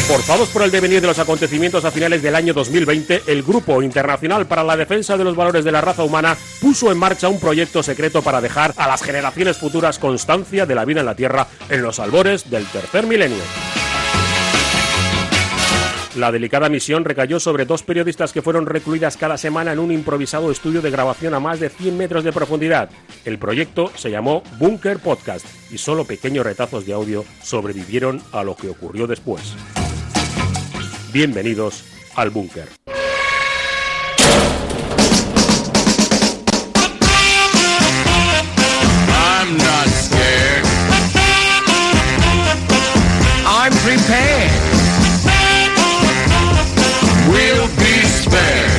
Forzados por el devenir de los acontecimientos a finales del año 2020, el Grupo Internacional para la Defensa de los Valores de la Raza Humana puso en marcha un proyecto secreto para dejar a las generaciones futuras constancia de la vida en la Tierra en los albores del tercer milenio. La delicada misión recayó sobre 2 periodistas que fueron recluidas cada semana en un improvisado estudio de grabación a más de 100 metros de profundidad. El proyecto se llamó Búnker Podcast y solo pequeños retazos de audio sobrevivieron a lo que ocurrió después. Bienvenidos al Búnker. I'm not scared. I'm prepared. We'll be spared.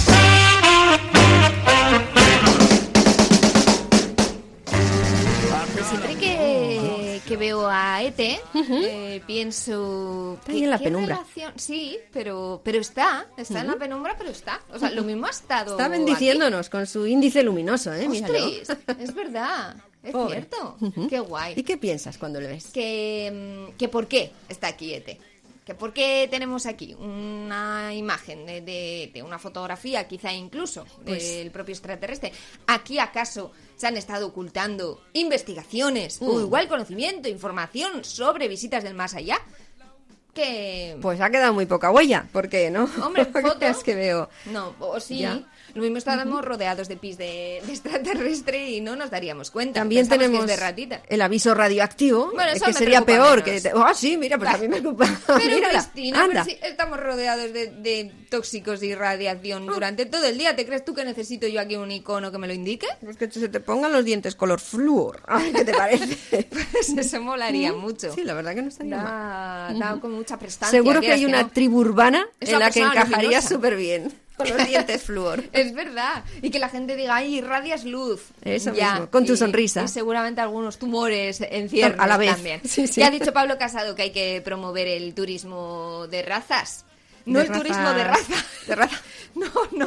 Siempre que veo a ET, pienso... Está ahí en la penumbra. Sí, pero está en la penumbra, pero está. O sea, lo mismo ha estado Está bendiciéndonos aquí. con su índice luminoso, míralo. Ostras, es verdad, es Pobre. cierto. Qué guay. ¿Y qué piensas cuando le ves? Que por qué está aquí ET. Que por qué tenemos aquí una imagen de una fotografía, quizá incluso, del propio extraterrestre. ¿Aquí acaso se han estado ocultando investigaciones o igual conocimiento, información sobre visitas del más allá? Que... Pues ha quedado muy poca huella, ¿por qué no? Hombre, fotos... Es que veo... No, o sí, Ya. lo mismo estábamos rodeados de pis de extraterrestre y no nos daríamos cuenta. También Pensamos que tenemos es de ratita. el aviso radioactivo, Bueno, eso que me sería preocupa peor. menos. Sí, mira, pues a mí me preocupa. Pero Mírala, Cristina, anda. pero si estamos rodeados de tóxicos y radiación durante todo el día. ¿Te crees tú que necesito yo aquí un icono que me lo indique? Pues que se te pongan los dientes color flúor. ¿Qué te parece? Pues eso molaría mucho. Sí, la verdad que no estaría mal. Da con mucha prestancia. Seguro que quieras hay una no. tribu urbana Es en una la que persona encajaría luminosa. súper bien. Con los dientes flúor. Es verdad. Y que la gente diga, ¡ay, irradias luz! Eso mismo, con tu sonrisa. Y seguramente algunos tumores en ciernes A la vez. también. Sí, sí. Ya ha dicho Pablo Casado que hay que promover el turismo de razas. No De el turismo de raza. De raza. No.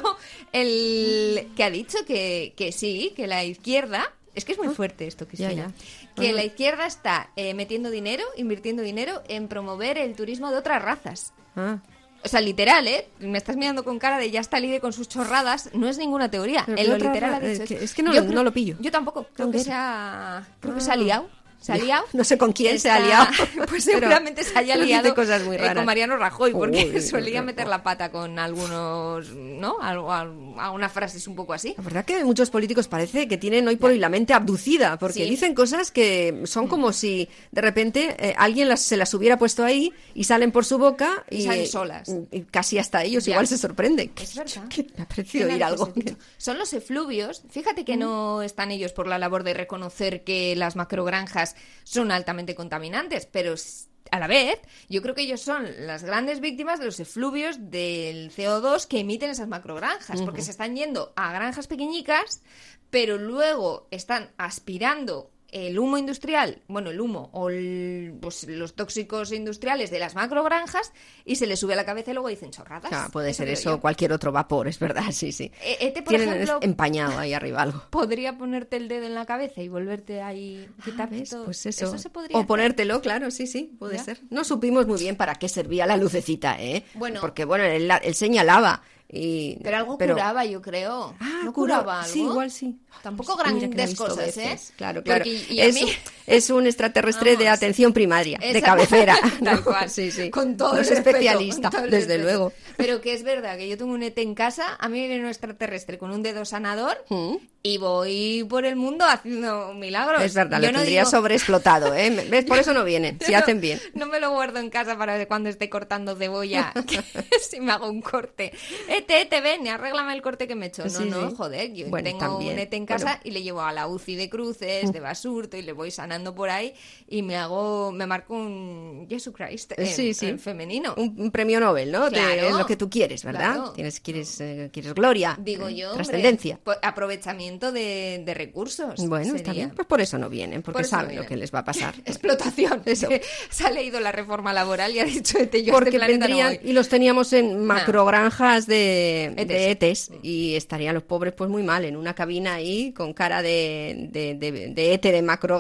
El que ha dicho que sí, que la izquierda... Es que es muy fuerte esto, Cristina. Ya. Que Ajá. la izquierda está metiendo dinero, invirtiendo dinero en promover el turismo de otras razas. Ah. O sea, literal, me estás mirando con cara de ya está libre con sus chorradas. No es ninguna teoría. Pero En ¿qué lo otra literal ha ra- dicho que- eso. es que no Yo lo- no lo pillo. Yo tampoco. Creo que se ha liado. Se ha liado. No sé con quién se ha liado. Pues pero- seguramente se haya pero dice liado cosas muy raras. con Mariano Rajoy, porque Uy, solía no. meter la pata con algunos, ¿no? Algunas frases un poco así. La verdad que muchos políticos parece que tienen hoy por hoy la mente abducida, porque Sí. dicen cosas que son como si de repente alguien se las hubiera puesto ahí y salen por su boca Y salen solas. y casi hasta ellos Ya. igual se sorprenden. Es verdad. Que me ha parecido Tiene oír algo algo. que se dicho. Son los efluvios. Fíjate que no están ellos por la labor de reconocer que las macrogranjas son altamente contaminantes, pero a la vez yo creo que ellos son las grandes víctimas de los efluvios del CO2 que emiten esas macrogranjas, porque se están yendo a granjas pequeñicas, pero luego están aspirando el humo industrial, bueno, el humo o pues, los tóxicos industriales de las macrogranjas y se les sube a la cabeza y luego dicen chorradas. Ah, puede ser creo eso, yo. cualquier otro vapor, es verdad, sí. Ete, por Tienen ejemplo, empañado ahí arriba algo. podría ponerte el dedo en la cabeza y volverte ahí quitarte ¿Ves? todo. Pues eso. se podría O hacer. ponértelo, claro, sí, puede Ya. ser. No supimos muy bien para qué servía la lucecita, Bueno. Porque, bueno, él señalaba y... Pero algo curaba, yo creo. Ah, ¿No curaba algo? Sí, igual sí. Tampoco Pues mira que la he grandes visto cosas, veces. ¿eh? Claro. Porque, y a es, mí... es un extraterrestre de Vamos. atención primaria, de Esa- cabecera. Tal ¿no? cual. Sí. Con todo No el es respeto, especialista, con todo el desde respeto. luego. Pero que es verdad que yo tengo un ET en casa, a mí me viene un extraterrestre con un dedo sanador y voy por el mundo haciendo milagros. Es verdad, Yo lo no tendría digo- sobreexplotado, ¿eh? ¿Ves? Por eso no vienen, si hacen bien. No me lo guardo en casa para cuando esté cortando cebolla, que si me hago un corte. Ete, ven, arréglame el corte que me he hecho. Sí, No, sí. joder, yo Bueno, tengo también. un ET en casa Bueno. y le llevo a la UCI de Cruces, de Basurto, y le voy sanando por ahí y me marco un Jesucristo Sí. en femenino. Un premio Nobel, ¿no? Claro. Es lo que tú quieres, ¿verdad? Claro. Quieres gloria. Digo yo, hombre, trascendencia. aprovechamiento de recursos. Bueno, está sería. bien. Pues por eso no vienen, porque Por eso no saben lo vienen. que les va a pasar. Explotación. Eso. Se ha leído la reforma laboral y ha dicho yo a Porque este planeta no vendrían voy. y los teníamos en macrogranjas de Etes. ETs y estarían los pobres pues muy mal en una cabina ahí con cara de ET de macrogranja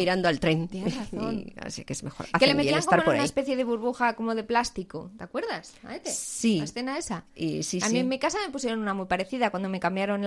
mirando al tren. Tienes razón. Y así que es mejor. Que le Hacen bien metían estar como por en una ahí. especie de burbuja como de plástico, ¿te acuerdas? Aete? Sí. La escena esa. Y sí, A mí en mi casa me pusieron una muy parecida cuando me cambiaron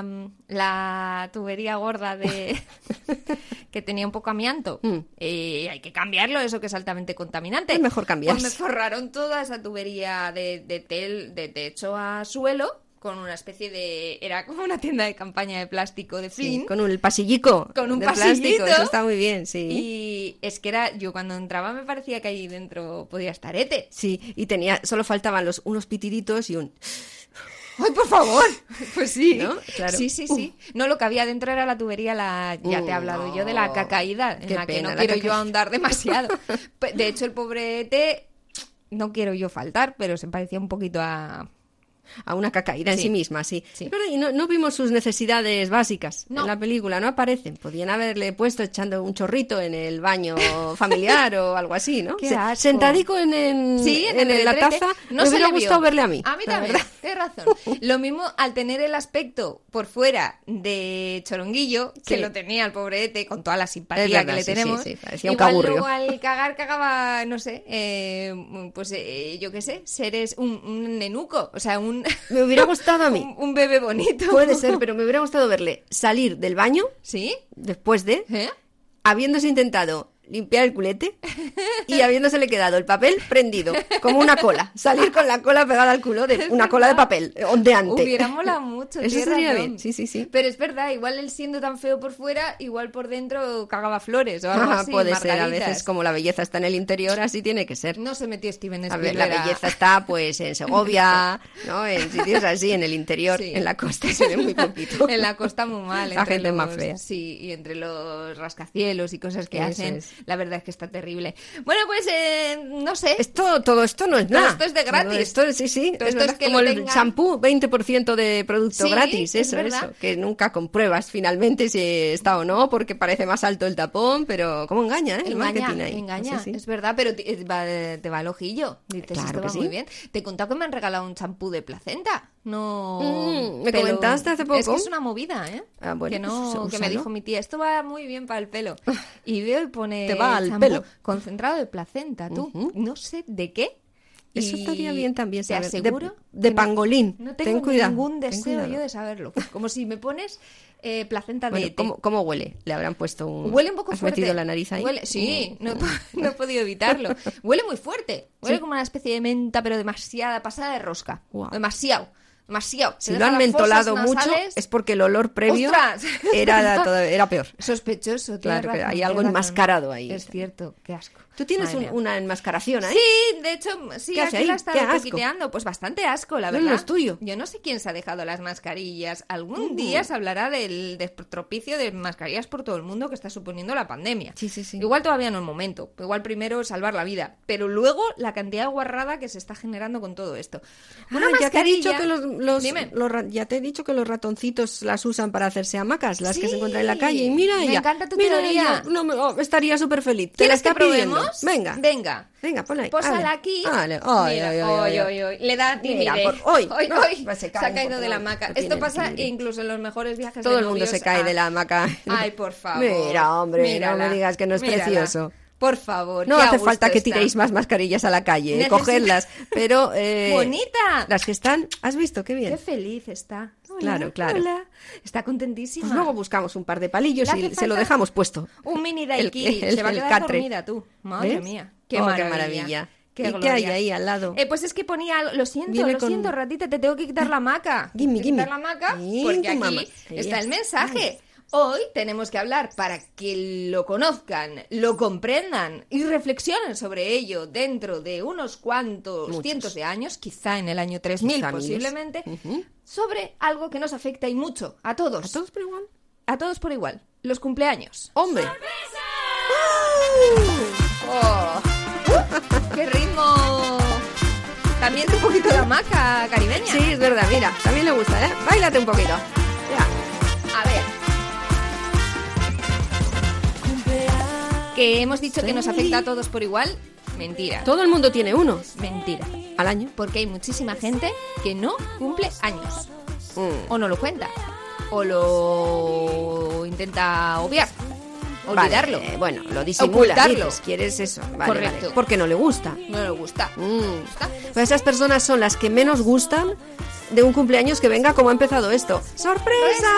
la tubería gorda de que tenía un poco amianto. Hay que cambiarlo, eso que es altamente contaminante. Es mejor cambiarse. Pues me forraron toda esa tubería de techo a suelo con una especie de... Era como una tienda de campaña de plástico de Sí, Flynn. con un pasillico Con un de pasillito. plástico. Eso está muy bien, sí. Y es que era... Yo cuando entraba me parecía que ahí dentro podía estar Ete. Sí, y solo faltaban unos pitiditos y un... ¡Ay, por favor! Pues sí, ¿no? Claro. Sí. No, lo que había dentro era la tubería, ya te he hablado yo de la cacaída, en Qué la que pena, no la quiero caca- yo ahondar demasiado. De hecho, el pobre Ete, no quiero yo faltar, pero se parecía un poquito a una cacaída en Sí. sí misma, sí. Sí. Pero y no vimos sus necesidades básicas No. en la película, no aparecen. Podían haberle puesto echando un chorrito en el baño familiar o algo así, ¿no? Qué asco. Sentadico en el la retrete. taza, No me se hubiera le vio. gustado verle a mí. A mí la también, verdad. tienes razón. Lo mismo al tener el aspecto por fuera de choronguillo, que Sí. lo tenía el pobre Ete, con toda la Es simpatía verdad, que le sí, tenemos. sí, parecía un Igual cagurrio. luego al cagar, cagaba, no sé, yo qué sé, seres un nenuco, o sea, Me hubiera gustado a mí. un bebé bonito. Puede ser, pero me hubiera gustado verle salir del baño ¿Sí? después de, ¿Eh? habiéndose intentado limpiar el culete y habiéndosele quedado el papel prendido, como una cola. Salir con la cola pegada al culo de una cola de papel, ondeante. Hubiera molado mucho. Eso tienes estaría razón. bien, sí. Pero es verdad, igual él siendo tan feo por fuera, igual por dentro cagaba flores o algo así. Puede ser, a margaritas. veces como la belleza está en el interior, así tiene que ser. No se metió Steven A ver, Spielberg. la belleza está pues en Segovia, ¿no? En sitios así, en el interior, Sí. en la costa se ve muy poquito. En la costa muy mal. La entre gente es más los- fea. Sí, y entre los rascacielos y cosas que Eso hacen, es. la verdad es que está terrible. Bueno, pues no sé. Todo esto no es Todo nada. esto es de gratis. Todo esto, sí. Todo Es esto verdad, es que como lo el tengan- champú, 20% de producto Sí, gratis, es eso. verdad. Que nunca compruebas finalmente si está o no, porque parece más alto el tapón, pero cómo engaña, ¿eh? El marketing ahí. Engaña, Sí. es verdad, pero te va el ojillo. Dices, Claro esto que va sí. muy bien. Te he contado que me han regalado un champú de placenta. No. Me comentaste hace poco. Es que es una movida, ¿eh? Ah, bueno, que no, pues que me úsalo. dijo mi tía, esto va muy bien para el pelo. Y veo y pone Te va al champú pelo. concentrado de placenta, tú. Ujú. No sé de qué. Eso Y estaría bien también te saber. aseguro De que pangolín. No Ten tengo cuidado, ningún ten deseo cuidado. yo de saberlo. Como si me pones placenta Bueno, de té. ¿cómo huele? Le habrán puesto un... Huele un poco ¿Has fuerte. metido la nariz ahí? Huele, sí, no he podido evitarlo. Huele muy fuerte. Huele Sí. como una especie de menta, pero demasiada, pasada de rosca. Guau. Demasiado. Si Te lo deja han las mentolado fosas mucho nasales. es porque el olor previo ¡Ostras! era peor. Sospechoso, tienes Claro, que razón, hay algo tienes razón. enmascarado ahí. Es cierto, qué asco. Tú tienes Madre mía. una enmascaración, ¿eh? Sí, de hecho, sí, ¿Qué hace aquí la ahí? está ¡Qué asco! toquiteando. Pues bastante asco, la No, verdad. no es tuyo. Yo no sé quién se ha dejado las mascarillas. Algún día se hablará del destropicio de mascarillas por todo el mundo que está suponiendo la pandemia. Sí. Igual todavía no es momento. Igual primero salvar la vida. Pero luego la cantidad de guarrada que se está generando con todo esto. Una Ya te he dicho mascarilla- que Dime. ya te he dicho que los ratoncitos las usan para hacerse hamacas, las que Sí. se encuentran en la calle. Y mira Me ella. encanta tu mira teoría. ella. No, estaría súper feliz. Te la ¿Quieres está que pidiendo. probemos? Venga, ponla ahí. Pósala Ale. aquí. Ale. Mira, le da Mira, timidez. hoy. Hoy, No, hoy. pues Se se cae ha caído un de la poco, hamaca. no Esto tiene pasa equilibrio. incluso en los mejores viajes Todo de el mundo novios se cae a- de la hamaca. Ay, por favor. Mira, hombre, Mírala. no me digas que no es Mírala. precioso. Por favor. No qué a hace gusto falta que está. tiréis más mascarillas a la calle, Necesito- cogerlas, pero... ¡Bonita! Las que están... ¿Has visto? Qué bien. Qué feliz está. Hola, Claro, claro. hola. Está contentísima. Pues luego buscamos un par de palillos Le y hace se lo falta dejamos puesto. Un mini daiquiri. El- Se va a el quedar catre. dormida tú. Madre ¿Ves? mía. Qué maravilla. Qué ¿Y qué gloria. hay ahí al lado? Pues es que ponía... Lo Viene con- siento, ratita, te tengo que quitar la hamaca. Gimme, Te tengo que gimme. quitar la hamaca Sí, porque tu aquí mamá. está Ahí el mensaje. Hoy tenemos que hablar para que lo conozcan, lo comprendan y reflexionen sobre ello dentro de unos cuantos Muchos. cientos de años, quizá en el año 3000 Quizá miles. posiblemente, Ujú. sobre algo que nos afecta y mucho a todos. ¿A todos por igual? A todos por igual. Los cumpleaños. ¡Hombre! ¡Oh! ¡Qué ritmo! También un poquito de hamaca caribeña. Sí, es verdad, mira, también le gusta, ¿eh? Báilate un poquito. Ya. A ver. Que hemos dicho que nos afecta a todos por igual. Mentira. Todo el mundo tiene uno Mentira. al año. Porque hay muchísima gente que no cumple años. Mm. O no lo cuenta. O lo intenta obviar. olvidarlo. Vale, bueno, lo disimula, Ocultarlo. dices, quieres eso. Vale, Correcto. vale, porque no le gusta. No le gusta. Pues esas personas son las que menos gustan de un cumpleaños que venga como ha empezado esto. ¡Sorpresa!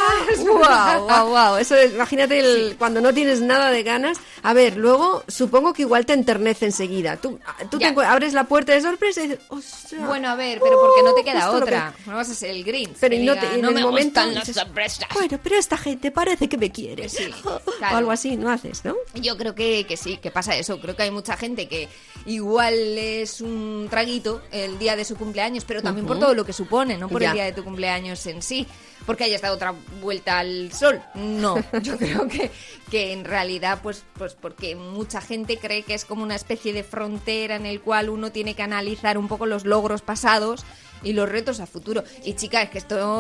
¡Wow! Eso es, imagínate cuando no tienes nada de ganas. A ver, luego supongo que igual te enternece enseguida. Tú abres la puerta de sorpresa y dices, ¡ostras! Bueno, a ver, pero porque no te queda justo lo otra. No vas a ser el Grinch. Pero que y no, diga, en no el me momento gustan las dices, sorpresas. bueno, pero esta gente parece que me quiere. Sí, O claro. algo así, ¿no haces, no? Yo creo que sí, que pasa eso. Creo que hay mucha gente que igual es un traguito el día de su cumpleaños, pero también por todo lo que supone, no por Ya. el día de tu cumpleaños en sí, porque hayas dado otra vuelta al sol. No, yo creo que en realidad, pues porque mucha gente cree que es como una especie de frontera en el cual uno tiene que analizar un poco los logros pasados y los retos a futuro. Y chica, es que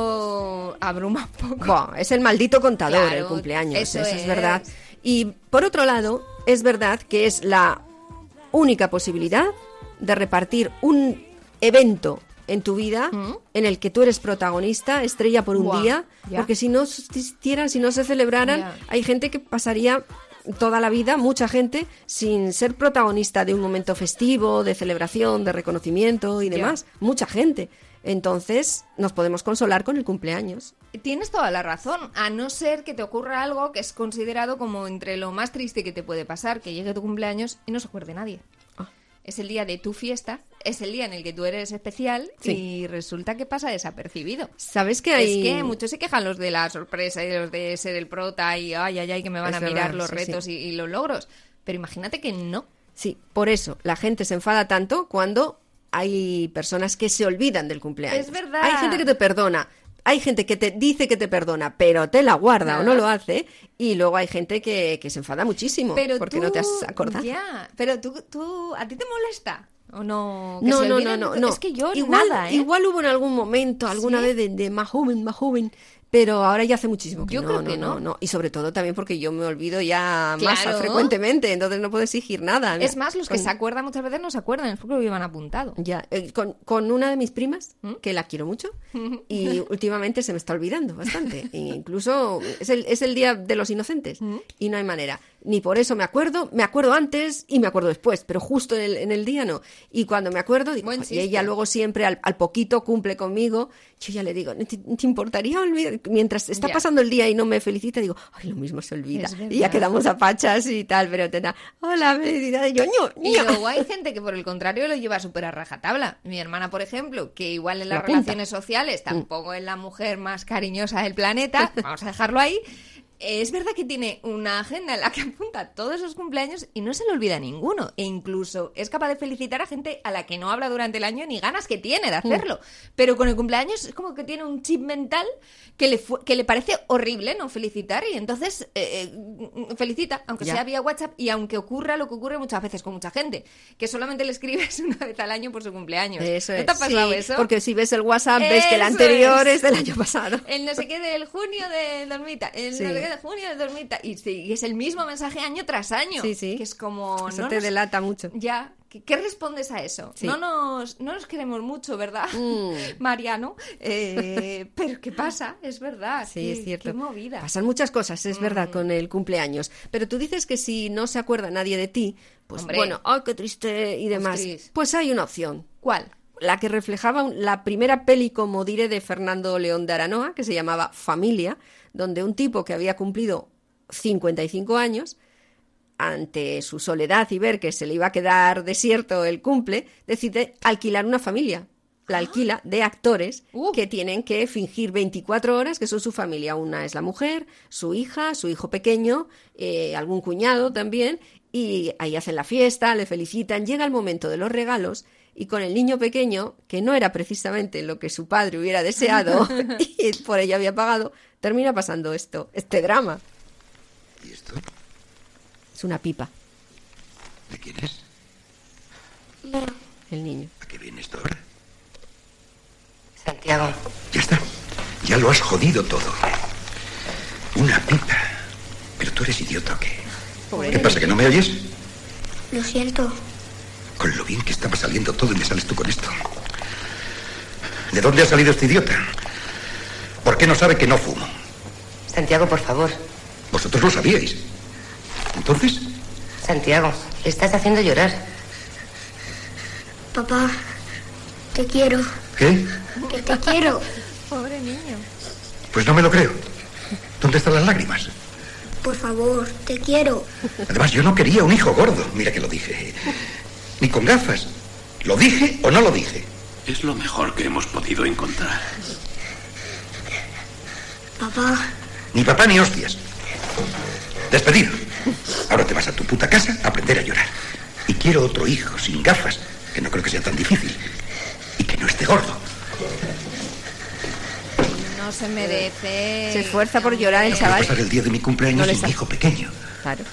esto abruma un poco. Buah, es el maldito contador Claro, el cumpleaños, eso es es. verdad. Y por otro lado, es verdad que es la única posibilidad de repartir un evento en tu vida en el que tú eres protagonista, estrella por un Buah, día, ya. porque si no existieran, si no se celebraran, Ya. hay gente que pasaría toda la vida, mucha gente, sin ser protagonista de un momento festivo, de celebración, de reconocimiento y Ya. demás. Mucha gente. Entonces, nos podemos consolar con el cumpleaños. Tienes toda la razón, a no ser que te ocurra algo que es considerado como entre lo más triste que te puede pasar, que llegue tu cumpleaños y no se acuerde nadie. Ah. Es el día de tu fiesta, es el día en el que tú eres especial Sí. y resulta que pasa desapercibido. ¿Sabes que hay...? Es que muchos se quejan los de la sorpresa y los de ser el prota y ay, que me van Es a mirar verdad, los sí, retos sí. y los logros. Pero imagínate que no. Sí, por eso la gente se enfada tanto cuando hay personas que se olvidan del cumpleaños. Es verdad. Hay gente que te perdona, hay gente que te dice que te perdona, pero te la guarda o no lo hace, y luego hay gente que se enfada muchísimo Pero porque tú, no te has acordado. Ya, pero tú, ¿a ti te molesta? ¿O no? Que No, se no, olviden? no. Es que yo igual, nada, ¿eh? igual hubo en algún momento, alguna ¿Sí? vez de más joven, pero ahora ya hace muchísimo que Yo no, creo que no. no. Y sobre todo también porque yo me olvido ya más Claro. frecuentemente, entonces no puedo exigir nada. Es más, los que Con- se acuerdan muchas veces no se acuerdan, es porque lo llevan apuntado. Ya, con una de mis primas, que la quiero mucho, y últimamente se me está olvidando bastante. E incluso es el día de los inocentes, y no hay manera. Ni por eso me acuerdo antes y me acuerdo después, pero justo en el día no. Y cuando me acuerdo, digo, Buen y chiste. ella luego siempre al poquito cumple conmigo, yo ya le digo, ¿te importaría olvidar? Mientras está Ya. pasando el día y no me felicita, digo, ay, lo mismo se olvida. Es verdad. Y ya quedamos a pachas y tal, pero te da, hola, felicidades, y yo, Y ño. luego hay gente que por el contrario lo lleva súper a rajatabla. Mi hermana, por ejemplo, que igual en las La punta. relaciones sociales tampoco es la mujer más cariñosa del planeta, vamos a dejarlo ahí. Es verdad que tiene una agenda en la que apunta todos esos cumpleaños y no se le olvida ninguno. E incluso es capaz de felicitar a gente a la que no habla durante el año ni ganas que tiene de hacerlo. Pero con el cumpleaños es como que tiene un chip mental que le parece horrible no felicitar y entonces felicita, aunque Ya. sea vía WhatsApp y aunque ocurra lo que ocurre muchas veces con mucha gente, que solamente le escribes una vez al año por su cumpleaños. Eso ¿No es. te ha pasado Sí, eso? porque si ves el WhatsApp ves que el Eso anterior es. es del año pasado. El no sé qué del junio del 2000, el Sí. no sé qué de junio del 2000, y sí, y es el mismo mensaje año tras año. Sí, sí. Que es como... Eso no te nos- delata mucho. Ya, ¿qué respondes a eso? Sí. No nos queremos mucho, ¿verdad, Mariano? Pero ¿qué pasa? Es verdad. Sí, qué- es cierto. Qué movida. Pasan muchas cosas, es verdad, con el cumpleaños. Pero tú dices que si no se acuerda nadie de ti, pues Hombre. bueno, ¡ay, qué triste! Y demás. Cris. Pues hay una opción. ¿Cuál? La que reflejaba la primera peli, como diré, de Fernando León de Aranoa, que se llamaba Familia, donde un tipo que había cumplido 55 años, ante su soledad y ver que se le iba a quedar desierto el cumple, decide alquilar una familia. La alquila de actores que tienen que fingir 24 horas que son su familia. Una es la mujer, su hija, su hijo pequeño, algún cuñado también, y ahí hacen la fiesta, le felicitan. Llega el momento de los regalos y con el niño pequeño, que no era precisamente lo que su padre hubiera deseado y por ello había pagado, termina pasando este drama. ¿Y esto? Es una pipa, ¿De quién es? el niño. ¿A qué viene esto ahora? Santiago, Ya está. Ya lo has jodido todo. Una pipa. ¿Pero tú eres idiota o qué? ¿Qué pasa, que no me oyes? Lo siento. Con lo bien que estaba saliendo todo y me sales tú con esto. ¿De dónde ha salido este idiota? ¿Por qué no sabe que no fumo? Santiago, por favor. Vosotros lo sabíais. ¿Entonces? Santiago, le estás haciendo llorar. Papá, te quiero. ¿Qué? Que te quiero. Pobre niño. Pues no me lo creo. ¿Dónde están las lágrimas? Por favor, te quiero. Además, yo no quería un hijo gordo. Mira que lo dije. Ni con gafas. ¿Lo dije o no lo dije? Es lo mejor que hemos podido encontrar. Papá. Ni papá ni hostias. Despedido. Ahora te vas a tu puta casa a aprender a llorar. Y quiero otro hijo sin gafas, que no creo que sea tan difícil. Y que no esté gordo. No se merece. Se esfuerza por llorar el Voy a chaval. pasar el día de mi cumpleaños No le sin sale. mi hijo pequeño. Claro.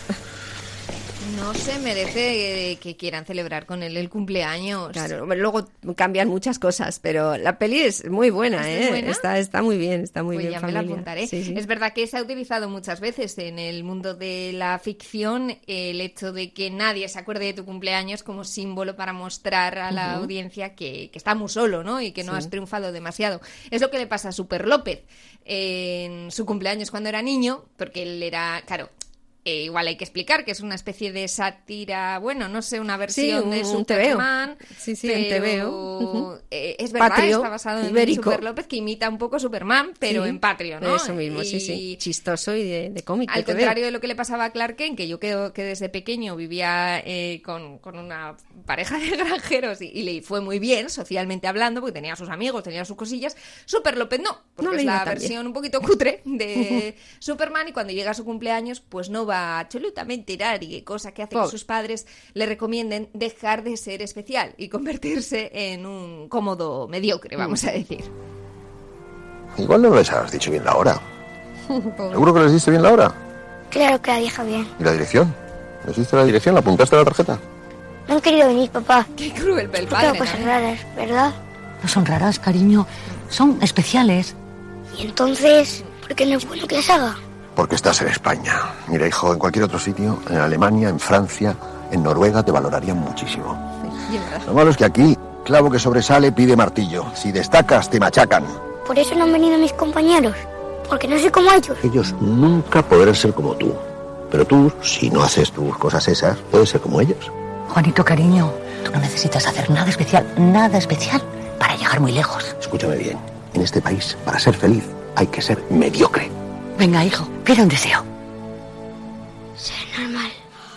No se merece que quieran celebrar con él el cumpleaños. Claro, luego cambian muchas cosas, pero la peli es muy buena, ¿Es buena? Está muy bien, está muy Pues bien. ya me la Familia. apuntaré. Sí, sí. Es verdad que se ha utilizado muchas veces en el mundo de la ficción el hecho de que nadie se acuerde de tu cumpleaños como símbolo para mostrar a la audiencia que está muy solo, ¿no? Y que no Sí. has triunfado demasiado. Es lo que le pasa a Super López en su cumpleaños cuando era niño, porque él era, claro... igual hay que explicar que es una especie de sátira, bueno, no sé, una versión de un TVO. Superman. Sí, sí, pero, un TVO. Es verdad, Patrio, está basado en ibérico. Super López, que imita un poco Superman, pero Sí, en patrio, ¿no? Eso mismo, sí, sí. Chistoso y de cómic. Al de TVO. contrario de lo que le pasaba a Clark Kent, que yo creo que desde pequeño vivía con una pareja de granjeros y le fue muy bien, socialmente hablando, porque tenía sus amigos, tenía sus cosillas. Super López no, porque No le es iba la tan bien. versión un poquito cutre de Superman, y cuando llega a su cumpleaños, pues no va absolutamente nadie, cosa que hace que Pobre. sus padres le recomienden dejar de ser especial y convertirse en un cómodo mediocre, vamos a decir. Igual no les has dicho bien la hora. ¿Seguro que les diste bien la hora? Claro que la dije bien. ¿Y la dirección? ¿Les diste la dirección? ¿La apuntaste a la tarjeta? No han querido venir, papá. Qué cruel el Porque padre, hago cosas ¿no? raras, ¿verdad? No son raras, cariño. Son especiales. Y entonces, ¿por qué no es bueno que las haga? Porque estás en España. Mira, hijo, en cualquier otro sitio, en Alemania, en Francia, en Noruega, te valorarían muchísimo. Y es verdad. Lo malo es que aquí, clavo que sobresale pide martillo. Si destacas, te machacan. Por eso no han venido mis compañeros. Porque no soy como ellos. Ellos nunca podrán ser como tú. Pero tú, si no haces tus cosas esas, puedes ser como ellos. Juanito, cariño, tú no necesitas hacer nada especial para llegar muy lejos. Escúchame bien. En este país, para ser feliz, hay que ser mediocre. Venga, hijo, pide un deseo. Ser normal.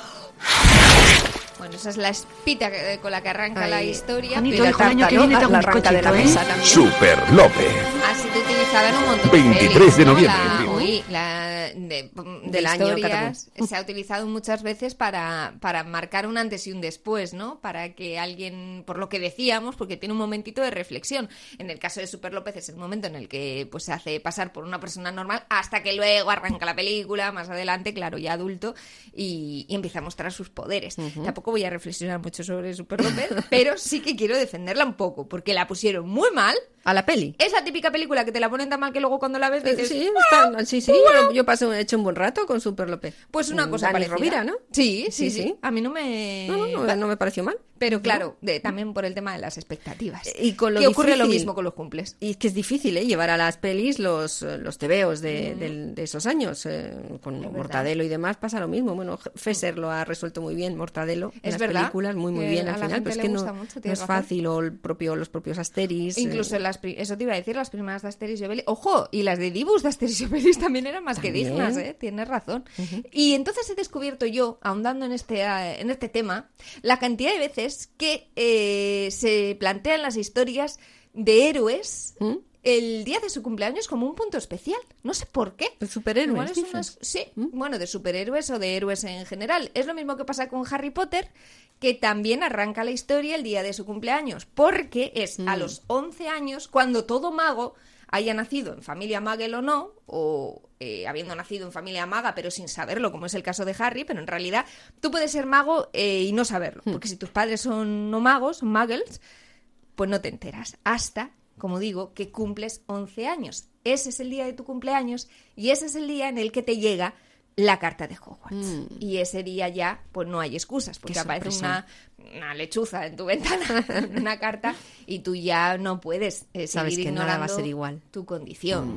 Bueno, esa es la espita con la que arranca Ay, la historia, Juanito, pero hijo, el año que Tarta, viene ¿no? te hago La un arranca de la bizcochito, mesa también. Super López. ha sido utilizada en un montón 23 de pelis, de ¿no? noviembre, La, en fin. uy, la de Del año, historias se ha utilizado muchas veces para marcar un antes y un después, ¿no? Para que alguien, por lo que decíamos, porque tiene un momentito de reflexión. En el caso de Super López es el momento en el que pues se hace pasar por una persona normal hasta que luego arranca la película, más adelante, claro, ya adulto, y empieza a mostrar sus poderes. Tampoco voy a reflexionar mucho sobre Super López, pero sí que quiero defenderla un poco, porque la pusieron muy mal. A la peli. Es la típica película que te la ponen tan mal que luego cuando la ves dices, Sí, sí. bueno. Yo he hecho un buen rato con Super López. pues una cosa Dani parecida. Rovira, ¿no? Sí. Sí. A mí no me... No me pareció mal. Pero claro, también por el tema de las expectativas. Y con lo que ocurre lo difícil- mismo con los cumples. Y es que es difícil, llevar a las pelis los tebeos de esos años. Con Mortadelo y demás pasa lo mismo. Bueno, Fesser lo ha resuelto muy bien, Mortadelo. En Es las verdad, películas, muy que bien a al la final. gente Pero es le que gusta no mucho, es tienes razón. fácil. O los propios Asterix. Incluso eso te iba a decir, las primeras de Asterix y Obelix. ¡Ojo! Y las de Dibus de Asterix y Obelix también eran más También. que dignas, ¿eh? Tienes razón. Y entonces he descubierto yo, ahondando en este tema, la cantidad de veces que se plantean las historias de héroes el día de su cumpleaños como un punto especial. No sé por qué. De superhéroes, Igual es dices. sí, bueno, de superhéroes o de héroes en general. Es lo mismo que pasa con Harry Potter, que también arranca la historia el día de su cumpleaños, porque es a los 11 años cuando todo mago haya nacido en familia Muggle o no, o habiendo nacido en familia maga pero sin saberlo, como es el caso de Harry, pero en realidad tú puedes ser mago y no saberlo, porque si tus padres son no magos, son muggles, pues no te enteras hasta, como digo, que cumples 11 años. Ese es el día de tu cumpleaños y ese es el día en el que te llega la carta de Hogwarts. Y ese día ya, pues no hay excusas, porque Qué aparece sorpresa. una lechuza en tu ventana, una carta, y tú ya no puedes Sabes seguir que nada va a ignorando ser igual. tu condición.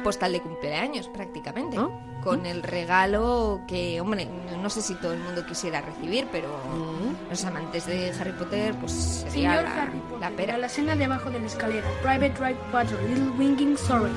postal de cumpleaños, prácticamente. ¿Ah? Con el regalo que, hombre, no sé si todo el mundo quisiera recibir, pero los amantes de Harry Potter, pues sería Señor la, Harry Potter, la pera. a la cena debajo de la escalera. Private Drive 4, Little Winging Sorry.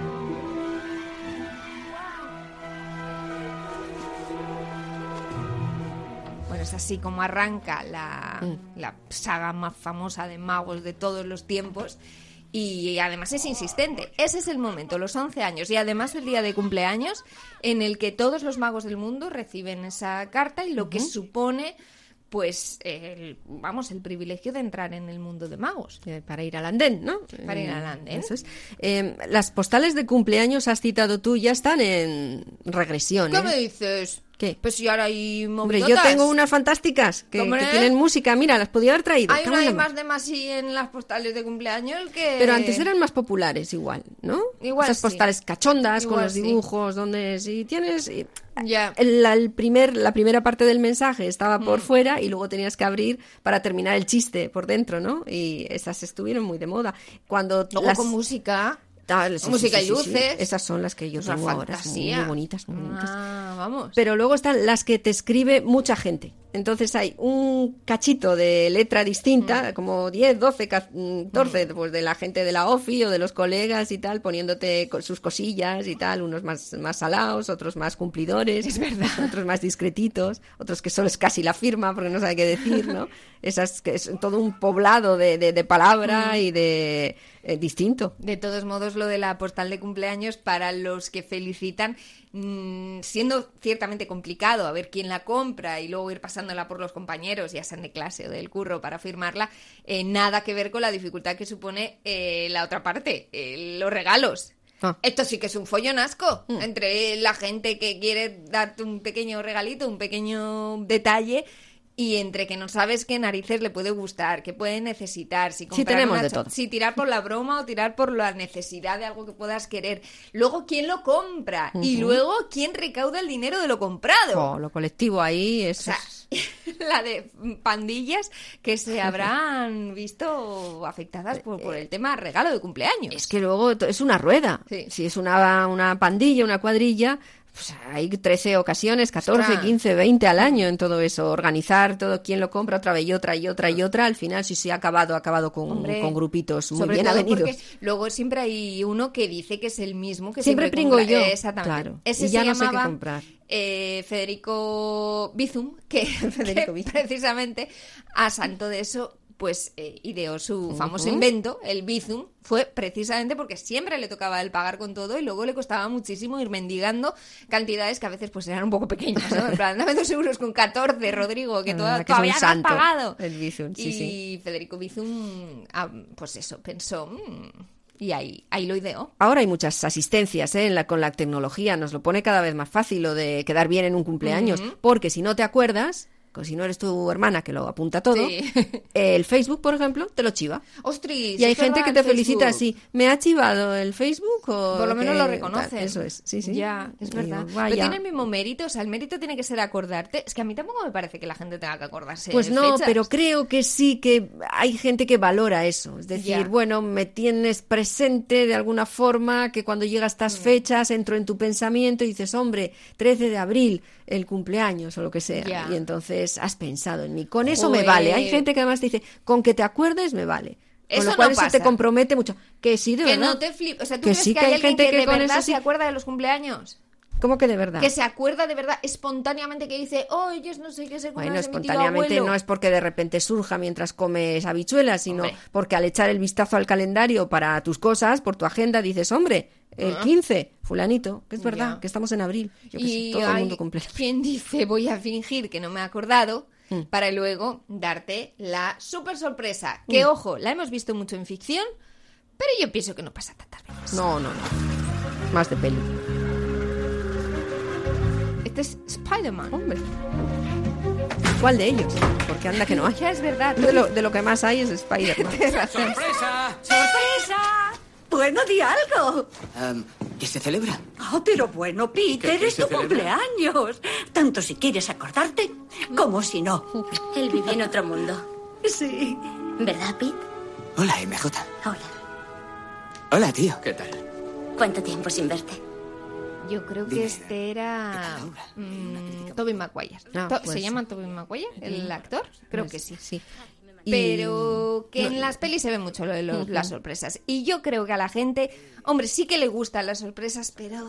Bueno, es así como arranca la saga más famosa de magos de todos los tiempos. Y además es insistente. Ese es el momento, los 11 años. Y además el día de cumpleaños en el que todos los magos del mundo reciben esa carta y lo que supone, pues, el privilegio de entrar en el mundo de magos. Para ir al andén, ¿no? Para ir al andén. Eso es. Las postales de cumpleaños, has citado tú, ya están en regresión. ¿Qué me dices? ¿Qué? Pues si ahora hay Hombre, movidotas. yo tengo unas fantásticas que tienen música. Mira, las podía haber traído. Hay más de más en las postales de cumpleaños que... Pero antes eran más populares igual, ¿no? Igual esas sí. postales cachondas Igual con los sí. dibujos donde si tienes... Ya. La primera parte del mensaje estaba por fuera y luego tenías que abrir para terminar el chiste por dentro, ¿no? Y esas estuvieron muy de moda. Cuando Luego con música... música y luces. Esas son las que yo tengo ahora, son muy bonitas, muy bonitas. Ah, vamos. Pero luego están las que te escribe mucha gente. Entonces hay un cachito de letra distinta, como 10, 12, 14, pues de la gente de la OFI o de los colegas y tal, poniéndote sus cosillas y tal, unos más salados, otros más cumplidores, es verdad, otros más discretitos, otros que solo es casi la firma porque no sabe qué decir, ¿no? Esas que es todo un poblado de palabra y de distinto. De todos modos, lo de la postal de cumpleaños para los que felicitan, siendo ciertamente complicado a ver quién la compra y luego ir pasándola por los compañeros, ya sean de clase o del curro, para firmarla, nada que ver con la dificultad que supone la otra parte, los regalos. Esto sí que es un follonasco entre la gente que quiere darte un pequeño regalito, un pequeño detalle, y entre que no sabes qué narices le puede gustar, qué puede necesitar, si comprar tenemos de todo. si tirar por la broma o tirar por la necesidad de algo que puedas querer. Luego, ¿quién lo compra? Y luego, ¿quién recauda el dinero de lo comprado? Lo colectivo ahí es... O sea, la de pandillas que se habrán visto afectadas por el tema regalo de cumpleaños. Es que luego es una rueda. Sí. Si es una pandilla, una cuadrilla... Pues hay 13 ocasiones, 14, Ostras. 15, 20 al año en todo eso. Organizar todo, quién lo compra, otra vez y otra y otra y otra. Al final, si se ha acabado con grupitos muy sobre bien todo avenidos. porque luego siempre hay uno que dice que es el mismo que Siempre pringo compra. yo. Exactamente. Claro. Ese y ya se no sé qué llamaba comprar. Federico Bizum, que precisamente a santo de eso pues ideó su famoso invento, el Bizum. Fue precisamente porque siempre le tocaba el pagar con todo y luego le costaba muchísimo ir mendigando cantidades que a veces pues eran un poco pequeñas, ¿no? En plan, dame 2 euros con 14, Rodrigo, que todavía no has pagado. El Bizum, sí, y Federico Bizum, pues eso, pensó... Y ahí lo ideó. Ahora hay muchas asistencias con la tecnología. Nos lo pone cada vez más fácil lo de quedar bien en un cumpleaños. Porque si no te acuerdas... Si no eres tu hermana que lo apunta todo, el Facebook, por ejemplo, te lo chiva. ¡Ostras! Y hay gente que te felicita así. ¿Me ha chivado el Facebook? O por lo menos lo reconoce. Eso es, sí. Ya, es verdad. Digo, pero tiene el mismo mérito, o sea, el mérito tiene que ser acordarte. Es que a mí tampoco me parece que la gente tenga que acordarse pues de no, fechas. pero creo que sí que hay gente que valora eso. Es decir, bueno, me tienes presente de alguna forma, que cuando llega a estas fechas entro en tu pensamiento y dices, hombre, 13 de abril, el cumpleaños o lo que sea. Y entonces has pensado en mí. Con eso me vale. Hay gente que además te dice, con que te acuerdes me vale. Con eso lo cual no eso pasa. te compromete mucho. Que sí, de que verdad. No te flipes. O sea, ¿tú que crees sí que hay alguien que de con verdad eso sí se acuerda de los cumpleaños? ¿Cómo que de verdad? Que se acuerda de verdad espontáneamente, que dice, oh, ellos no sé qué es el cumpleaños Bueno, de mi tío espontáneamente abuelo. no es porque de repente surja mientras comes habichuelas, sino porque al echar el vistazo al calendario para tus cosas, por tu agenda, dices, hombre, el 15, fulanito, que es verdad, que estamos en abril. Yo que sé, todo el mundo cumple. ¿Quién dice, voy a fingir que no me he acordado? Para luego darte la súper sorpresa. Que, ojo, la hemos visto mucho en ficción, pero yo pienso que no pasa tantas veces. No. Más de peli. Este es Spider-Man. Hombre. ¿Cuál de ellos? Porque anda que no hay. Ya es verdad. De lo que más hay es Spider-Man. ¡Sorpresa! ¡Sorpresa! Bueno, di algo. ¿Qué se celebra? Oh, pero bueno, Peter, ¿Qué es tu se celebra? cumpleaños. Tanto si quieres acordarte como si no. Él vive en otro mundo. Sí. ¿Verdad, Pete? Hola, MJ. Hola. Hola, tío. ¿Qué tal? ¿Cuánto tiempo sin verte? Yo creo que este era Tobey Maguire. Pues ¿Se llama Tobey Maguire el actor? Creo que sí. Sí. Pero que en las pelis se ve mucho lo de las sorpresas. Y yo creo que a la gente, hombre, sí que le gustan las sorpresas, pero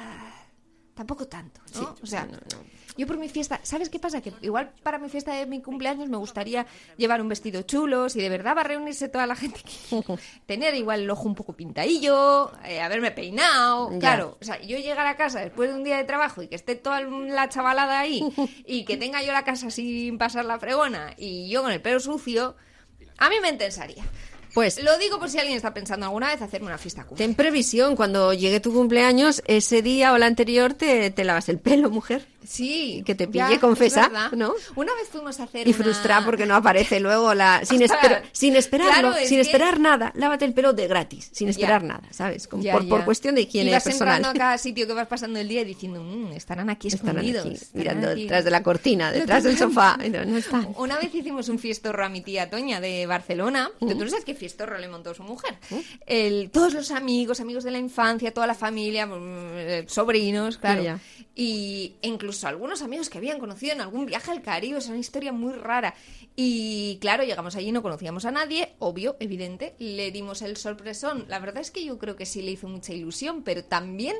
tampoco tanto, ¿no? Sí, o sea, no. Yo por mi fiesta, ¿sabes qué pasa? Que igual para mi fiesta de mi cumpleaños me gustaría llevar un vestido chulo, si de verdad va a reunirse toda la gente, tener igual el ojo un poco pintadillo, haberme peinado, Ya. claro. O sea, yo llegar a casa después de un día de trabajo y que esté toda la chavalada ahí y que tenga yo la casa sin pasar la fregona y yo con el pelo sucio, a mí me intensaría. Pues Lo digo por si alguien está pensando alguna vez hacerme una fiesta cumple. ten previsión, cuando llegue tu cumpleaños, ese día o el anterior te lavas el pelo, mujer. Sí. Que te ya, pille, es confesa, verdad. ¿no? Una vez fuimos a hacer Y una... frustrar porque no aparece luego sin esperarlo, Claro, es sin que- esperar nada. Lávate el pelo de gratis, sin esperar Ya. nada, ¿sabes? Ya, Por ya. cuestión de higiene y vas personal. entrando a cada sitio que vas pasando el día y diciendo, estarán aquí Estarán escondidos. aquí, estarán mirando aquí". detrás de la cortina, detrás del sofá. Y no están. Una vez hicimos un fiestorro a mi tía Toña de Barcelona. Tú no sabes qué fiestorro le montó su mujer. Todos los amigos de la infancia, toda la familia, sobrinos, claro. Ya. Y incluso algunos amigos que habían conocido en algún viaje al Caribe. Es una historia muy rara. Y claro, llegamos allí, no conocíamos a nadie, obvio, evidente. Le dimos el sorpresón. La verdad es que yo creo que sí le hizo mucha ilusión, pero también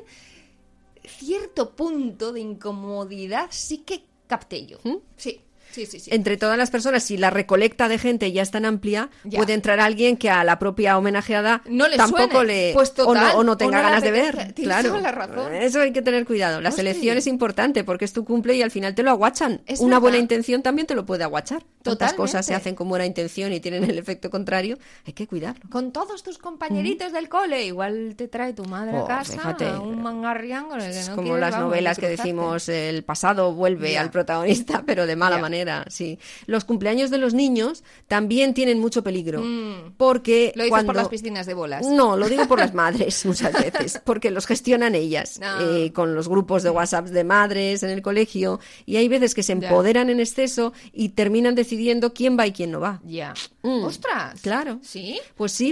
cierto punto de incomodidad sí que capté yo. Sí. Entre todas las personas, si la recolecta de gente ya es tan amplia, Ya. puede entrar alguien que a la propia homenajeada No le tampoco suene. le Pues total, o no tenga o no le ganas de apetece. ver. Tienes Claro, toda la razón. Eso hay que tener cuidado. La Hostia. selección es importante porque es tu cumple y al final te lo aguachan. Es Una verdad. buena intención también te lo puede aguachar. Tantas Totalmente. cosas se hacen con buena intención y tienen el efecto contrario. Hay que cuidarlo. Con todos tus compañeritos del cole, igual te trae tu madre a casa fíjate, un mangarrián con el que Es no como quieres, las vamos, novelas ni que cruzarte. decimos, el pasado vuelve Ya. al protagonista, pero de mala Ya. manera, sí. Los cumpleaños de los niños también tienen mucho peligro, porque Lo dices cuando... por las piscinas de bolas. No, lo digo por las madres muchas veces, porque los gestionan ellas, No. con los grupos de WhatsApp de madres en el colegio, y hay veces que se Ya. empoderan en exceso y terminan decidiendo quién va y quién no va. Ya. Mm. ¡Ostras! Claro. ¿Sí? Pues sí,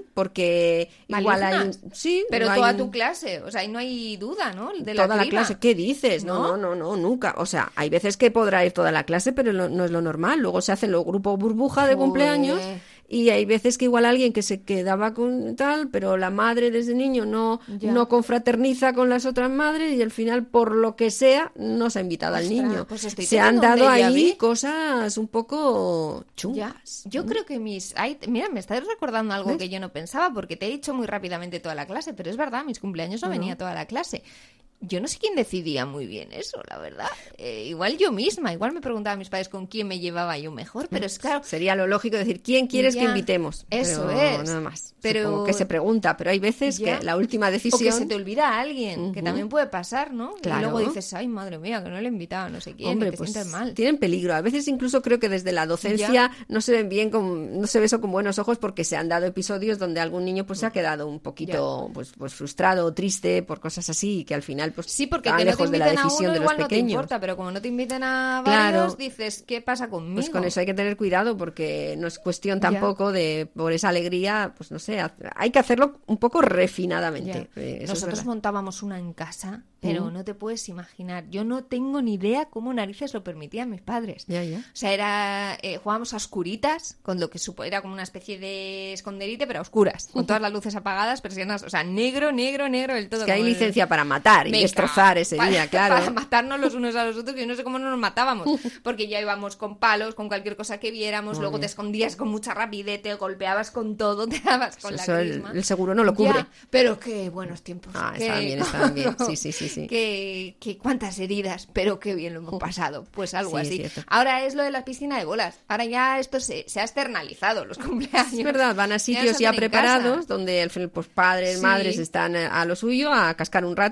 porque igual hay... Malignas. Sí, Pero no toda hay tu clase, o sea, ahí no hay duda, ¿no? De toda la criba. clase. ¿Qué dices? No, nunca. O sea, hay veces que podrá ir toda la clase, pero no es lo normal. Luego se hacen los grupos burbuja de Joder. cumpleaños y hay veces que igual alguien que se quedaba con tal, pero la madre desde niño Ya. no confraterniza con las otras madres y al final, por lo que sea, no se ha invitado al Ostras, niño. pues estoy Se han teniendo un dado déjà ahí vu. cosas un poco Ya. chungas. Yo creo que mira, me estáis recordando algo ¿Ves? que yo no pensaba, porque te he dicho muy rápidamente toda la clase, pero es verdad, mis cumpleaños no venía toda la clase. Yo no sé quién decidía muy bien eso, la verdad. Igual yo misma, igual me preguntaba a mis padres con quién me llevaba yo mejor, pero es claro... Sería lo lógico decir, ¿quién quieres que Ya. invitemos? Eso Pero es. nada más. Pero- Supongo que se pregunta, pero hay veces Ya. que la última O decisión... que se te olvida a alguien, que Ujú. también puede pasar, ¿no? Claro. Y luego dices, ay, madre mía, que no le he invitado a no sé quién, Hombre, y te pues sientes mal. tienen peligro. A veces incluso creo que desde la docencia Ya. no se ven bien, no se ve eso con buenos ojos porque se han dado episodios donde algún niño pues se ha quedado un poquito pues frustrado o triste por cosas así y que al final pues Sí, porque estaban que no te lejos de la inviten a decisión uno de los igual no te pequeños. importa, pero como no te inviten a Claro. varios, dices, ¿qué pasa conmigo? Pues con eso hay que tener cuidado porque no es cuestión Ya. tampoco de por esa alegría, pues no sé, hay que hacerlo un poco refinadamente. Ya. Eso es Nosotros verdad. montábamos una en casa, pero no te puedes imaginar. Yo no tengo ni idea cómo narices lo permitían mis padres. Ya. O sea, jugábamos a oscuritas, con lo que era como una especie de esconderite, pero a oscuras, con todas las luces apagadas, persianas, o sea, negro del todo. Es que hay como el- licencia para matar y Venga, destrozar ese día, claro. Para matarnos los unos a los otros, yo no sé cómo no nos matábamos, porque ya íbamos con palos, con cualquier cosa que viéramos, luego te escondías con mucha rapidez, te golpeabas con todo, te dabas con Eso la el crisma. seguro no lo cubre. Ya, pero qué buenos tiempos. Ah, qué- estaban bien. Sí. Que cuántas heridas, pero qué bien lo hemos pasado. Pues algo Sí, es así. cierto. Ahora es lo de la piscina de bolas. Ahora ya esto se ha externalizado, los cumpleaños. Es verdad, van a se sitios ya hacen en preparados casa. donde al final pues padres, Sí. madres están a lo suyo, a cascar un rato, tititi,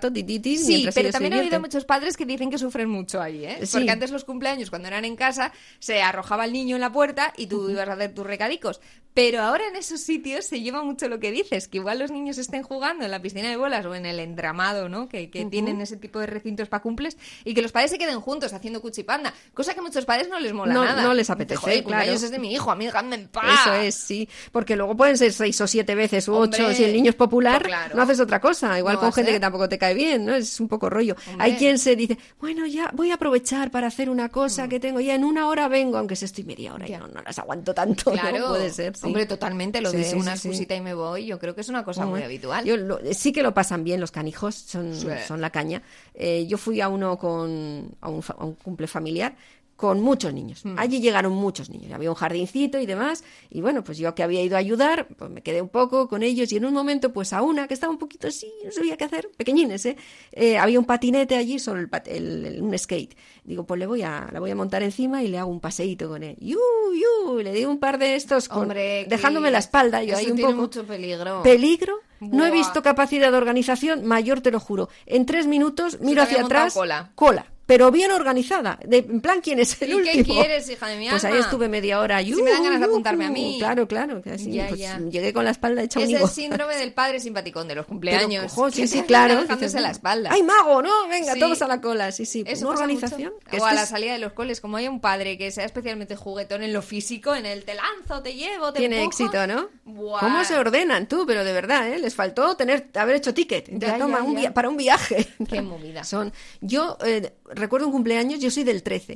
divertir. Sí, mientras pero ellos también se ha habido divierten. muchos padres que dicen que sufren mucho ahí, ¿eh? Sí. Porque antes los cumpleaños, cuando eran en casa, se arrojaba el niño en la puerta y tú ibas a hacer tus recadicos. Pero ahora en esos sitios se lleva mucho lo que dices, que igual los niños estén jugando en la piscina de bolas o en el entramado, ¿no? Que tienen ese tipo de recintos para cumples, y que los padres se queden juntos haciendo cuchipanda, cosa que a muchos padres no les mola nada. No les apetece, Joder, el cumpleaños claro. es de mi hijo, a mí déjame en paz. Eso es, sí. Porque luego pueden ser 6 o 7 veces u 8. Hombre, Si el niño es popular, pues claro. no haces otra cosa. Igual No va con a gente ser. que tampoco te cae bien, ¿no? Es un poco rollo. Hombre. Hay quien se dice, bueno, ya voy a aprovechar para hacer una cosa que tengo. Ya en 1 hora vengo, aunque se estoy media hora. Y no las aguanto tanto. Claro, ¿no? Puede ser, sí. Hombre, totalmente. Lo Sí, de sí, una sí, sí. excusita y me voy, yo creo que es una cosa muy habitual. Sí que lo pasan bien los canijos, son la caña. Yo fui a uno a un cumple familiar con muchos niños. Allí llegaron muchos niños. Había un jardincito y demás. Y bueno, pues yo que había ido a ayudar, pues me quedé un poco con ellos. Y en un momento, pues a una que estaba un poquito así, no sabía qué hacer, pequeñines, había un patinete allí sobre un skate. Digo, pues la voy a montar encima y le hago un paseíto con él. Y le di un par de estos, Hombre, dejándome la espalda. Yo eso ahí un tiene poco. mucho peligro. ¿Peligro? No he Buah. visto capacidad de organización mayor, te lo juro. En 3 minutos miro te había hacia montado atrás. cola. Pero bien organizada. En plan, ¿quién es el ¿Y último? qué quieres, hija de mi Pues alma? ahí estuve media hora. Si me dan ganas de apuntarme a mí. Claro. Que así, Ya, pues, ya. llegué con la espalda hecha un Es higo. el síndrome del padre simpaticón de los cumpleaños. Pero, ojo, sí, que sí, se claro. anda dejándose Dices, la espalda. ¡Ay, mago! ¿No? Venga, Sí. todos a la cola. Sí. Eso ¿Una pasa organización? mucho. Que O a la estés- salida de los coles, como hay un padre que sea especialmente juguetón en lo físico, en el te lanzo, te llevo, te Tiene empujo. éxito, ¿no? Buah. ¿Cómo se ordenan tú? Pero de verdad, ¿eh? Les faltó haber hecho ticket. Ya, Toma, ya. para un viaje. Qué movida. Yo recuerdo un cumpleaños, yo soy del 13.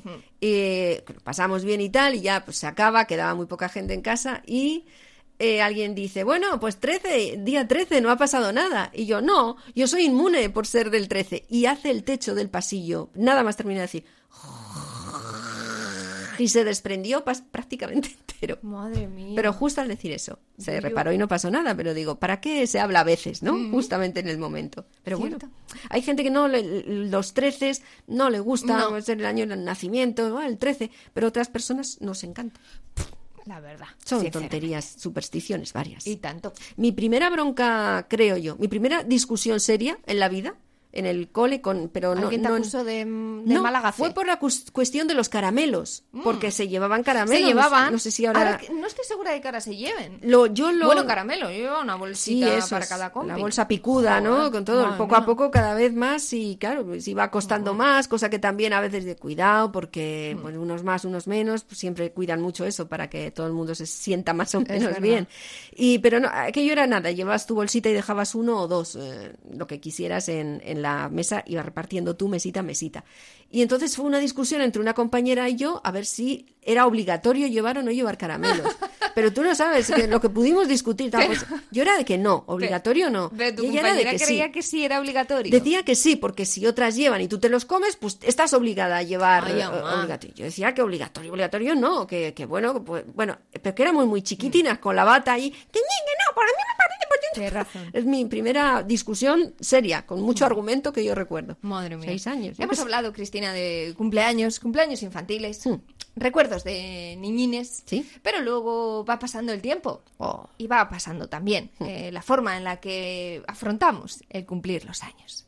Pasamos bien y tal, y ya pues se acaba, quedaba muy poca gente en casa, y alguien dice, bueno, pues día 13, no ha pasado nada. Y yo, no, yo soy inmune por ser del 13. Y hace el techo del pasillo, nada más termina de decir... Y se desprendió prácticamente entero. Madre mía. Pero justo al decir eso, se Yo- reparó y no pasó nada, pero digo, ¿para qué se habla a veces, no? Justamente en el momento. Pero Cierto. bueno, hay gente que los 13 no le gusta, No. puede ser el año del nacimiento, el 13, pero otras personas nos encanta. La verdad. Son sinceramente. tonterías, supersticiones varias. Y tanto. Mi primera bronca, creo yo, mi primera discusión seria en la vida, en el cole, pero no... ¿Alguien te no- acusó de no, mala gafe? fue por la cuestión de los caramelos, porque se llevaban caramelos. Se llevaban. No sé si ahora... No estoy segura de que ahora se lleven. Bueno, caramelo. Yo llevaba una bolsita eso para es, cada compi. la bolsa picuda, ¿no? Joder, Con todo, madre poco a mía. poco cada vez más, y claro, pues iba costando más, cosa que también a veces de cuidado, porque pues, unos más, unos menos, pues siempre cuidan mucho eso para que todo el mundo se sienta más o menos verdad. bien. Pero no, aquello era nada, llevabas tu bolsita y dejabas 1 o 2, lo que quisieras en la mesa, ibas repartiendo tú mesita a mesita. Y entonces fue una discusión entre una compañera y yo a ver si era obligatorio llevar o no llevar caramelos. Pero tú no sabes que lo que pudimos discutir. Pues, yo era de que no, obligatorio no. Pero tu Y ella era de compañera que creía sí. que sí era obligatorio. Decía que sí, porque si otras llevan y tú te los comes, pues estás obligada a llevar Ay, mamá. obligatorio. Yo decía que obligatorio no, que bueno, pues, bueno, pero que éramos muy chiquitinas con la bata ahí. Que no, para mí me parece... Tienes razón. Es mi primera discusión seria, con mucho argumento que yo recuerdo. Madre mía. 6 años. Hemos hablado, Cristina, de cumpleaños infantiles, recuerdos de niñines, Sí. pero luego va pasando el tiempo y va pasando también la forma en la que afrontamos el cumplir los años.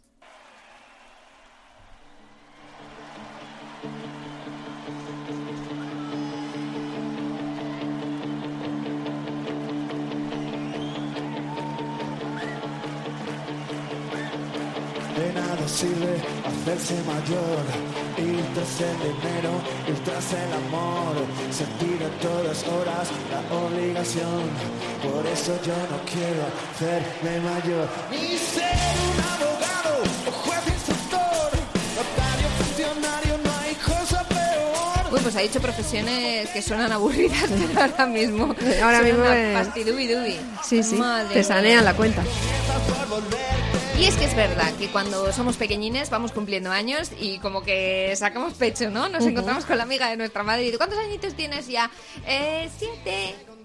De nada sirve hacerse mayor, ir tras el dinero, ir tras el amor, sentir a todas horas la obligación. Por eso yo no quiero hacerme mayor, ni ser un abogado o juez instructor, notario, funcionario, no hay cosa peor. Uy, pues ha dicho profesiones que suenan aburridas, pero ahora mismo Ahora suenan mismo a es- pastidubi-dubi. Sí, Madre te mía. sanean la cuenta. Y es que es verdad que cuando somos pequeñines vamos cumpliendo años y como que sacamos pecho, ¿no? Nos encontramos con la amiga de nuestra madre y dice, ¿cuántos añitos tienes ya? 7.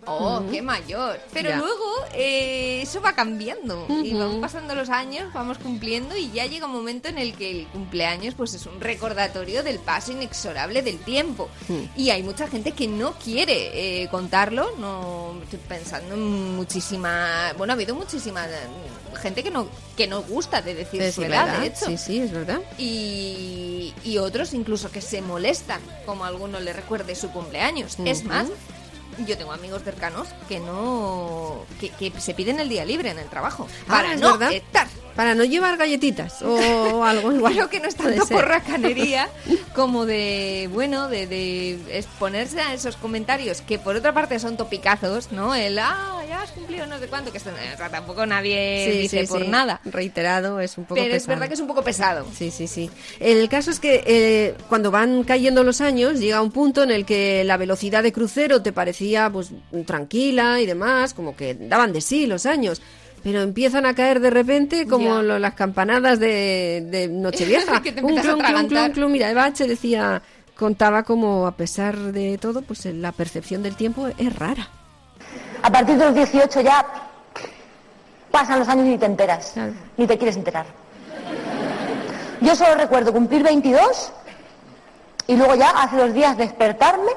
Oh, qué mayor. Pero Ya. luego eso va cambiando y van pasando los años, vamos cumpliendo y ya llega un momento en el que el cumpleaños pues es un recordatorio del paso inexorable del tiempo. Y hay mucha gente que no quiere contarlo. No estoy pensando en muchísima... Bueno, ha habido muchísima gente que no gusta de decir Es su edad, verdad. de hecho. Sí, es verdad. Y otros incluso que se molestan como a alguno le recuerde su cumpleaños. Es más, yo tengo amigos cercanos que que se piden el día libre en el trabajo para ¿es no verdad? estar. Para no llevar galletitas o algo igual. Creo que no es tanto por racanería como de exponerse a esos comentarios que por otra parte son topicazos, ¿no? Ya has cumplido no sé cuánto, que esto, o sea, tampoco nadie dice por nada. Reiterado, es un poco Pero pesado. es verdad que es un poco pesado. Sí. El caso es que cuando van cayendo los años, llega un punto en el que la velocidad de crucero te parecía pues tranquila y demás, como que daban de sí los años. Pero empiezan a caer de repente como las campanadas de Nochevieja. Que te Un empiezas a clum, atragantar. clum. Mira, Eva H. contaba como a pesar de todo, pues la percepción del tiempo es rara. A partir de los 18 ya pasan los años y ni te enteras, ni te quieres enterar. Yo solo recuerdo cumplir 22 y luego ya hace 2 días despertarme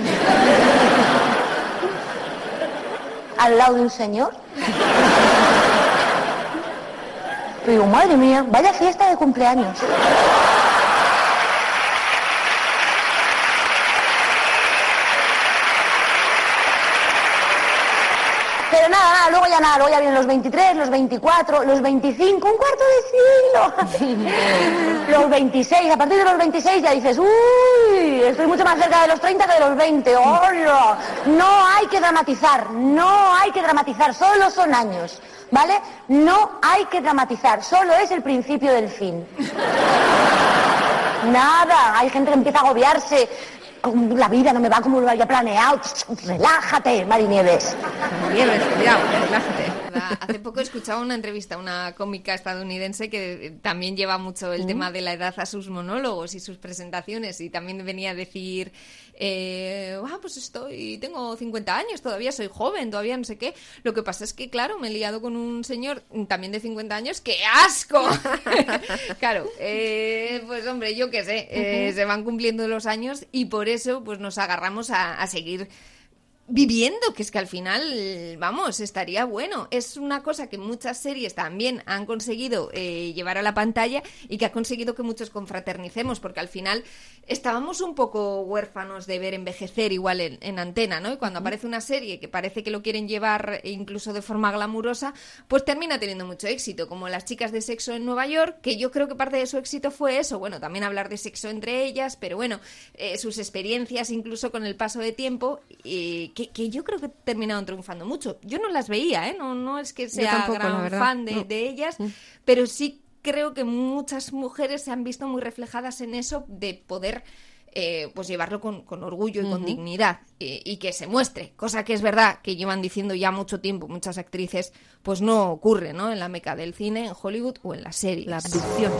al lado de un señor. Y digo, madre mía, vaya fiesta de cumpleaños. Pero nada, luego ya vienen los 23, los 24, los 25, un cuarto de siglo. Los 26, a partir de los 26 ya dices, uy, estoy mucho más cerca de los 30 que de los 20. ¡Hola! No hay que dramatizar, solo son años, ¿vale? No hay que dramatizar, solo es el principio del fin. Nada, hay gente que empieza a agobiarse. La vida no me va como lo había planeado. Relájate, Marinieves. Marinieves, cuidado, relájate. Hace poco escuchaba una entrevista a una cómica estadounidense que también lleva mucho el tema de la edad a sus monólogos y sus presentaciones, y también venía a decir pues tengo 50 años, todavía soy joven, todavía no sé qué. Lo que pasa es que, claro, me he liado con un señor también de 50 años, ¡qué asco! Claro, pues hombre, yo qué sé, se van cumpliendo los años y por eso pues nos agarramos a seguir viviendo, que es que al final, vamos, estaría bueno. Es una cosa que muchas series también han conseguido llevar a la pantalla y que ha conseguido que muchos confraternicemos, porque al final estábamos un poco huérfanos de ver envejecer igual en antena, ¿no? Y cuando aparece una serie que parece que lo quieren llevar incluso de forma glamurosa, pues termina teniendo mucho éxito, como Las chicas de Sexo en Nueva York, que yo creo que parte de su éxito fue eso, bueno, también hablar de sexo entre ellas, pero bueno, sus experiencias incluso con el paso de tiempo, que yo creo que terminaron triunfando mucho. Yo no las veía, no es que sea tampoco, gran fan de ellas, pero sí creo que muchas mujeres se han visto muy reflejadas en eso de poder pues llevarlo con orgullo y con dignidad y que se muestre, cosa que es verdad que llevan diciendo ya mucho tiempo muchas actrices, pues no ocurre, ¿no? En la meca del cine, en Hollywood o en las series. La abducción.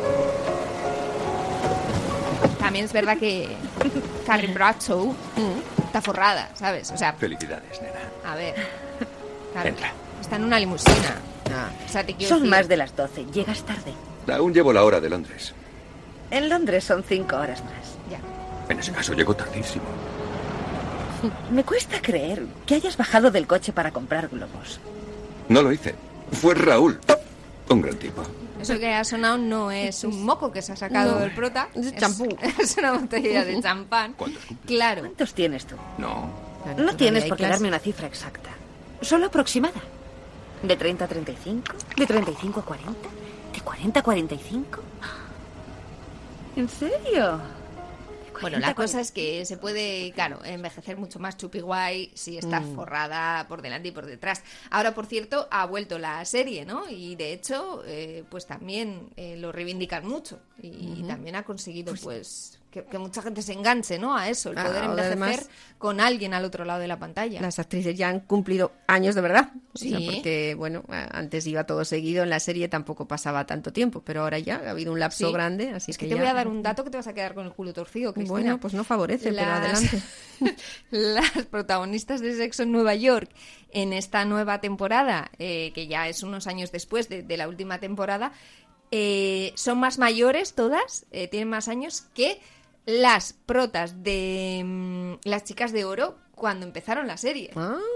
También es verdad que Carrie Bradshaw está forrada, ¿sabes? O sea, Felicidades, nena. a ver, claro, Entra. está en una limusina. O sea, te quiero Son decir, más de las 12, llegas tarde. Aún llevo la hora de Londres. En Londres son 5 horas más. Ya. En ese caso llego tardísimo. Me cuesta creer que hayas bajado del coche para comprar globos. No lo hice. Fue Raúl. Un gran tipo. Eso que ha sonado no es un moco que se ha sacado No, el prota, es champú. Es una botella de champán. Claro. ¿Cuántos tienes tú? No. No tienes por qué clase. darme una cifra exacta. Solo aproximada. ¿De 30 a 35? ¿De 35 a 40? ¿De 40 a 45? ¿En serio? Bueno, la cosa es que se puede, claro, envejecer mucho más chupi guay si está forrada por delante y por detrás. Ahora, por cierto, ha vuelto la serie, ¿no? Y de hecho, pues también lo reivindican mucho y también ha conseguido, pues que mucha gente se enganche, ¿no? A eso, el poder envejecer además, con alguien al otro lado de la pantalla. Las actrices ya han cumplido años de verdad. Sí. O sea, porque, bueno, antes iba todo seguido, en la serie tampoco pasaba tanto tiempo, pero ahora ya ha habido un lapso grande, así es que que te ya... voy a dar un dato que te vas a quedar con el culo torcido, Cristina. Bueno, pues no favorece, pero adelante. Las protagonistas de Sexo en Nueva York en esta nueva temporada, que ya es unos años después de la última temporada, son más mayores todas, tienen más años que las protas de Las Chicas de Oro cuando empezaron la serie.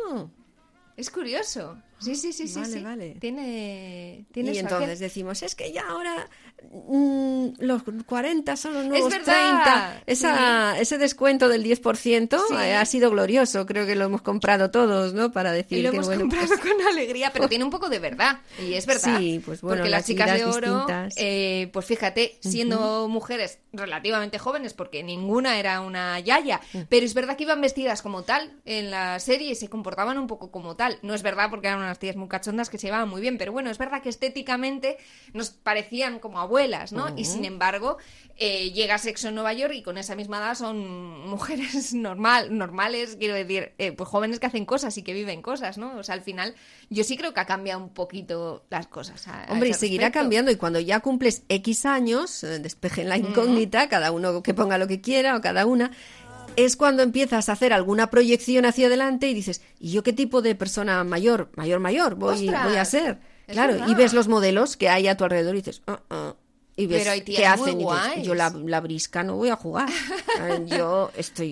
Es curioso. Sí. Vale. Tiene y su entonces aquel. decimos, es que ya ahora los 40 son los nuevos Es verdad, 30. Ese descuento del 10% ha sido glorioso. Creo que lo hemos comprado todos, ¿no? Para decir y lo que hemos comprado con alegría, pero tiene un poco de verdad. Y es verdad. Sí, pues bueno, porque Las Chicas de Oro, distintas. pues fíjate, siendo mujeres relativamente jóvenes, porque ninguna era una yaya, pero es verdad que iban vestidas como tal en la serie y se comportaban un poco como tal. No es verdad porque eran unas tías muy cachondas que se llevaban muy bien, pero bueno, es verdad que estéticamente nos parecían como abuelas, ¿no? Y sin embargo, llega Sexo en Nueva York y con esa misma edad son mujeres normales, quiero decir, pues jóvenes que hacen cosas y que viven cosas, ¿no? O sea, al final, yo sí creo que ha cambiado un poquito las cosas. Hombre, y seguirá cambiando, y cuando ya cumples X años, despejen la incógnita, cada uno que ponga lo que quiera o cada una, es cuando empiezas a hacer alguna proyección hacia adelante y dices, ¿y yo qué tipo de persona mayor voy a ser? Claro, verdad. y ves los modelos que hay a tu alrededor y dices, y ves pero hay qué hacen y guays. dices, yo la brisca no voy a jugar. Yo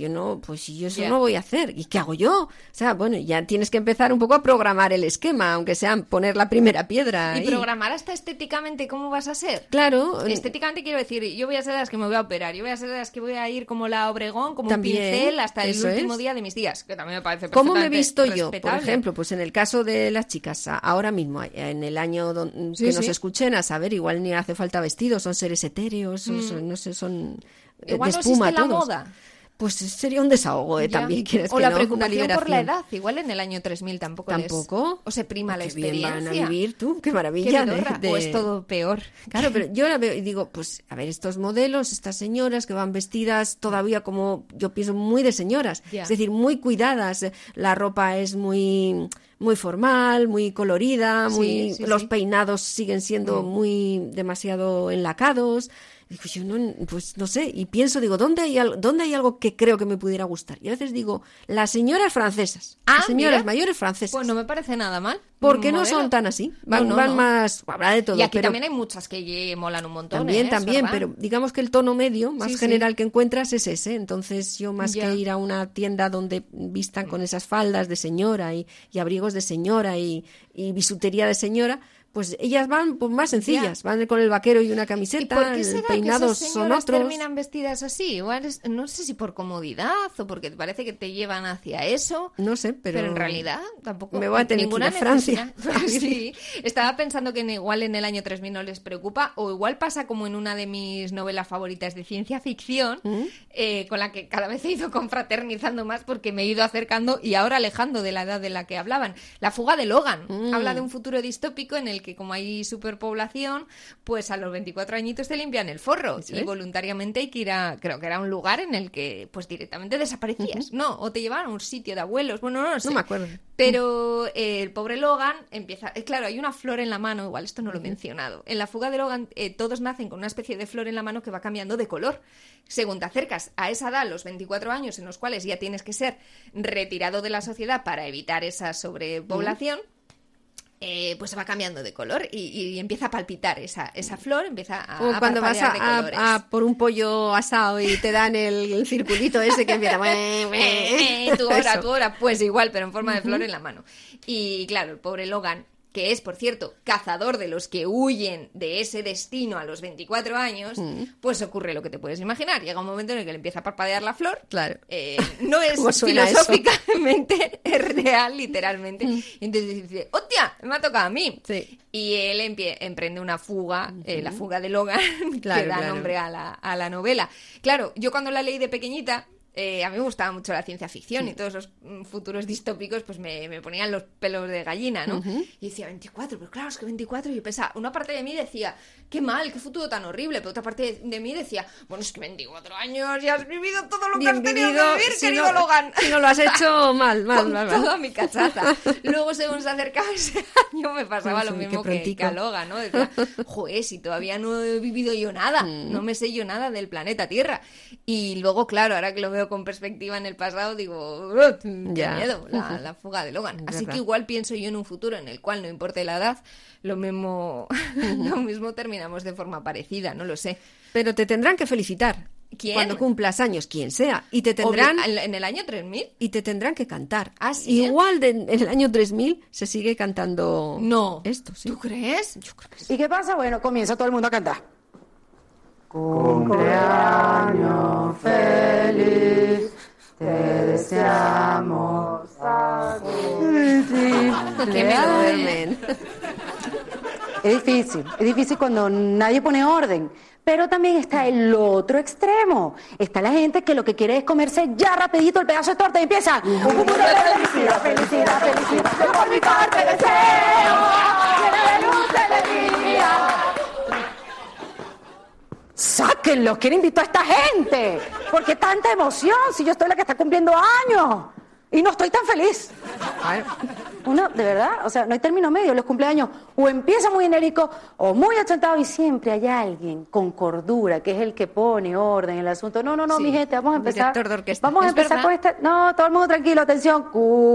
eso no voy a hacer. ¿Y qué hago yo? O sea, bueno, ya tienes que empezar un poco a programar el esquema, aunque sea poner la primera piedra. Y programar hasta estéticamente cómo vas a ser. Claro. Estéticamente quiero decir, yo voy a ser de las que me voy a operar, yo voy a ser de las que voy a ir como la Obregón, como un pincel hasta el último día de mis días, que también me parece perfectamente ¿Cómo me he visto yo? Por respetable. ejemplo, pues en el caso de las chicas, ahora mismo, en el año que nos escuchen, a saber, igual ni hace falta vestidos, son seres etéreos, no sé, son igual de espuma no existe la todos. moda. Pues sería un desahogo, también quieres o que la no, preocupación una por la liberación. edad, igual en el año 3000 tampoco o se prima la Qué experiencia. bien van a vivir tú, qué maravilla. O es todo peor. Claro, pero yo la veo y digo, pues a ver, estos modelos, estas señoras que van vestidas todavía como, yo pienso, muy de señoras, es decir, muy cuidadas, la ropa es muy formal, muy colorida, los peinados siguen siendo muy demasiado enlacados. Digo, yo no sé, y pienso, digo, ¿dónde hay algo que creo que me pudiera gustar? Y a veces digo, las señoras francesas, las señoras mayores francesas. Pues no me parece nada mal. Porque no son tan así, van más, habrá de todo. Y aquí pero también hay muchas que molan un montón. También, pero digamos que el tono medio, más general que encuentras es ese. Entonces yo más que ir a una tienda donde vistan con esas faldas de señora y abrigos de señora y bisutería de señora, pues ellas van pues, más sencillas, van con el vaquero y una camiseta, ¿Y por qué será peinados que esas son señoras otros. terminan vestidas así? Igual no sé si por comodidad o porque te parece que te llevan hacia eso. No sé, pero en realidad tampoco. Me voy a tener que ir a Francia. Sí, estaba pensando que igual en el año 3000 no les preocupa, o igual pasa como en una de mis novelas favoritas de ciencia ficción, con la que cada vez he ido confraternizando más porque me he ido acercando y ahora alejando de la edad de la que hablaban. La fuga de Logan habla de un futuro distópico en el que como hay superpoblación, pues a los 24 añitos te limpian el forro y voluntariamente hay que ir creo que era un lugar en el que pues directamente desaparecías, ¿no? O te llevaban a un sitio de abuelos, bueno, no lo sé. No me acuerdo. Pero el pobre Logan empieza... claro, hay una flor en la mano, igual esto no lo he mencionado. En la fuga de Logan todos nacen con una especie de flor en la mano que va cambiando de color. Según te acercas a esa edad, los 24 años en los cuales ya tienes que ser retirado de la sociedad para evitar esa sobrepoblación, pues se va cambiando de color y empieza a palpitar esa flor, empieza a cuando vas a por un pollo asado y te dan el circulito ese que empieza tu hora, pues igual, pero en forma de flor en la mano. Y claro, el pobre Logan, que es, por cierto, cazador de los que huyen de ese destino a los 24 años, pues ocurre lo que te puedes imaginar. Llega un momento en el que le empieza a parpadear la flor. Claro. No es filosóficamente, es real, literalmente. Y entonces dice, ¡hostia! Me ha tocado a mí. Sí. Y él emprende una fuga, la fuga de Logan, que da nombre a la novela. Claro, yo cuando la leí de pequeñita, a mí me gustaba mucho la ciencia ficción y todos los futuros distópicos pues me ponían los pelos de gallina, ¿no? Y decía 24, pero claro, es que 24, y yo pensaba, una parte de mí decía, qué mal, qué futuro tan horrible, pero otra parte de mí decía, bueno, es que 24 años y has vivido todo lo que has tenido que vivir, querido Logan. Si no lo has hecho mal. Toda mi cachaza. Luego, según se acercaba ese año, me pasaba lo mismo que a Logan, ¿no? Decía, joder, si todavía no he vivido yo nada, no me sé yo nada del planeta Tierra. Y luego, claro, ahora que lo veo con perspectiva en el pasado, digo, qué miedo, la fuga de Logan. Así que igual pienso yo en un futuro en el cual, no importe la edad, lo mismo terminamos de forma parecida, no lo sé. Pero te tendrán que felicitar. ¿Quién? Cuando cumplas años, quien sea. Y te tendrán... ¿En el año 3000? Y te tendrán que cantar. ¿Ah, sí? Igual en el año 3000 se sigue cantando... No. Esto, sí. ¿Tú crees? Yo creo que sí. ¿Y qué pasa? Bueno, comienza todo el mundo a cantar. Cumpleaños feliz, te deseamos a Qué miedo duermen. Es difícil cuando nadie pone orden. Pero también está el otro extremo. Está la gente que lo que quiere es comerse ya rapidito el pedazo de torta y empieza. Felicidad, felicidad, felicidad, yo por mi parte deseo, llena de luz de alegría. ¡Sáquenlo! ¿Quién invitó a esta gente? ¿Por qué tanta emoción si yo estoy la que está cumpliendo años? Y no estoy tan feliz. Uno, de verdad, o sea, no hay término medio. Los cumpleaños o empieza muy enérgico o muy achantado y siempre hay alguien con cordura que es el que pone orden en el asunto. No, Sí, mi gente, vamos a empezar. director de orquesta. Vamos a ¿Es empezar verdad? con este. No, todo el mundo tranquilo, atención.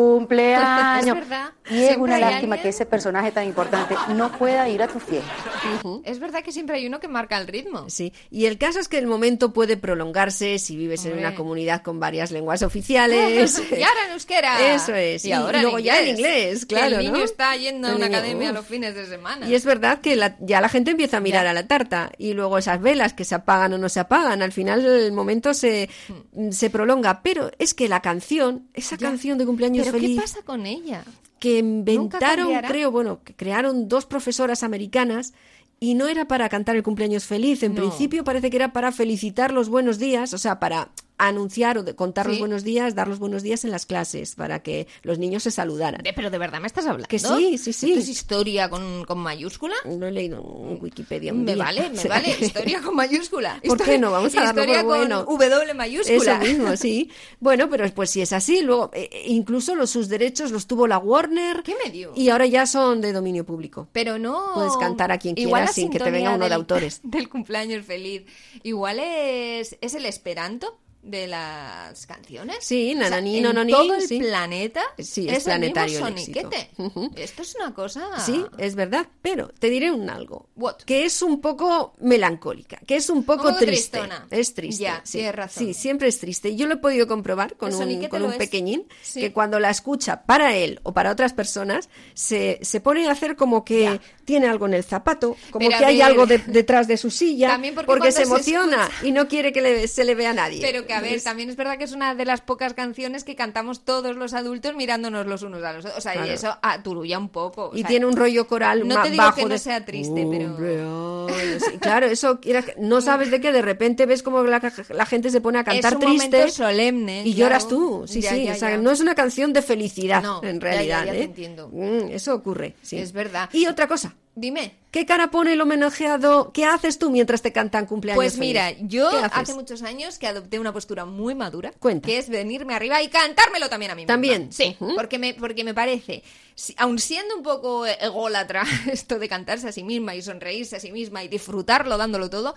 Cumpleaños. Es verdad. Y es Siempre una hay lástima alguien. que ese personaje tan importante no pueda ir a tu fiesta. Es verdad que siempre hay uno que marca el ritmo. Sí, y el caso es que el momento puede prolongarse si vives en una comunidad con varias lenguas oficiales. Y ahora en euskera. Eso es. Y ahora luego en ya en inglés, Que claro, el niño ¿no? está yendo a El una niño, academia uf. los fines de semana. Y es verdad que ya la gente empieza a mirar a la tarta y luego esas velas que se apagan o no se apagan, al final el momento se prolonga. Pero es que la canción, esa canción de cumpleaños ¿Pero feliz... qué pasa con ella? Que ¿Nunca inventaron, cambiará? que crearon dos profesoras americanas y no era para cantar el cumpleaños feliz. En principio parece que era para felicitar los buenos días, o sea, para anunciar o contar los buenos días, dar los buenos días en las clases, para que los niños se saludaran. ¿Pero de verdad me estás hablando? Que sí. ¿Esto es historia con mayúscula? Lo he leído en Wikipedia un Me día. vale, historia con mayúscula. ¿Por qué no? Vamos a darlo historia por bueno. con W mayúscula. Eso mismo, sí. Bueno, pero pues si es así, luego incluso sus derechos los tuvo la Warner. ¿Qué me dio? Y ahora ya son de dominio público. Pero no... Puedes cantar a quien Igual quieras la sin que te venga sintonía uno de autores. Del cumpleaños feliz. Igual es el esperanto de las canciones. Sí, nananí, en nononí, todo el sí. planeta Sí, es es planetario el el mismo éxito. soniquete. Esto es una cosa... Sí, es verdad, pero te diré algo. What? Que es un poco melancólica, que es un poco Un poco triste. tristona. Es triste. Ya, sí, tienes razón. Sí, siempre es triste. Yo lo he podido comprobar con El soniquete con lo un es. pequeñín, Sí. que cuando la escucha para él o para otras personas, se pone a hacer como que tiene algo en el zapato, como Pero que a hay ver, algo detrás de su silla, también porque porque se cuando se emociona y no quiere que se le vea a nadie. Pero que, a ver, Entonces, también es verdad que es una de las pocas canciones que cantamos todos los adultos mirándonos los unos a los otros. O sea, Claro. y eso aturulla un poco. O y sea, tiene un rollo coral no te digo bajo que no de... sea triste, pero... Sí, claro, eso no sabes de qué, de repente ves como la gente se pone a cantar es un triste momento solemne. y claro. lloras tú. Sí, Ya, sí, ya, o sea, ya. no es una canción de felicidad No, en ya, realidad, ya te ¿eh? entiendo. Eso ocurre, sí. Es verdad. Y otra cosa, Dime. ¿qué cara pone el homenajeado? ¿Qué haces tú mientras te cantan cumpleaños Pues feliz? mira, yo ¿Qué haces? hace muchos años que adopté una postura muy madura, Cuenta. que es venirme arriba y cantármelo también a mí misma. ¿También? Sí, Ujú. porque me parece, aun siendo un poco ególatra esto de cantarse a sí misma y sonreírse a sí misma y disfrutarlo dándolo todo,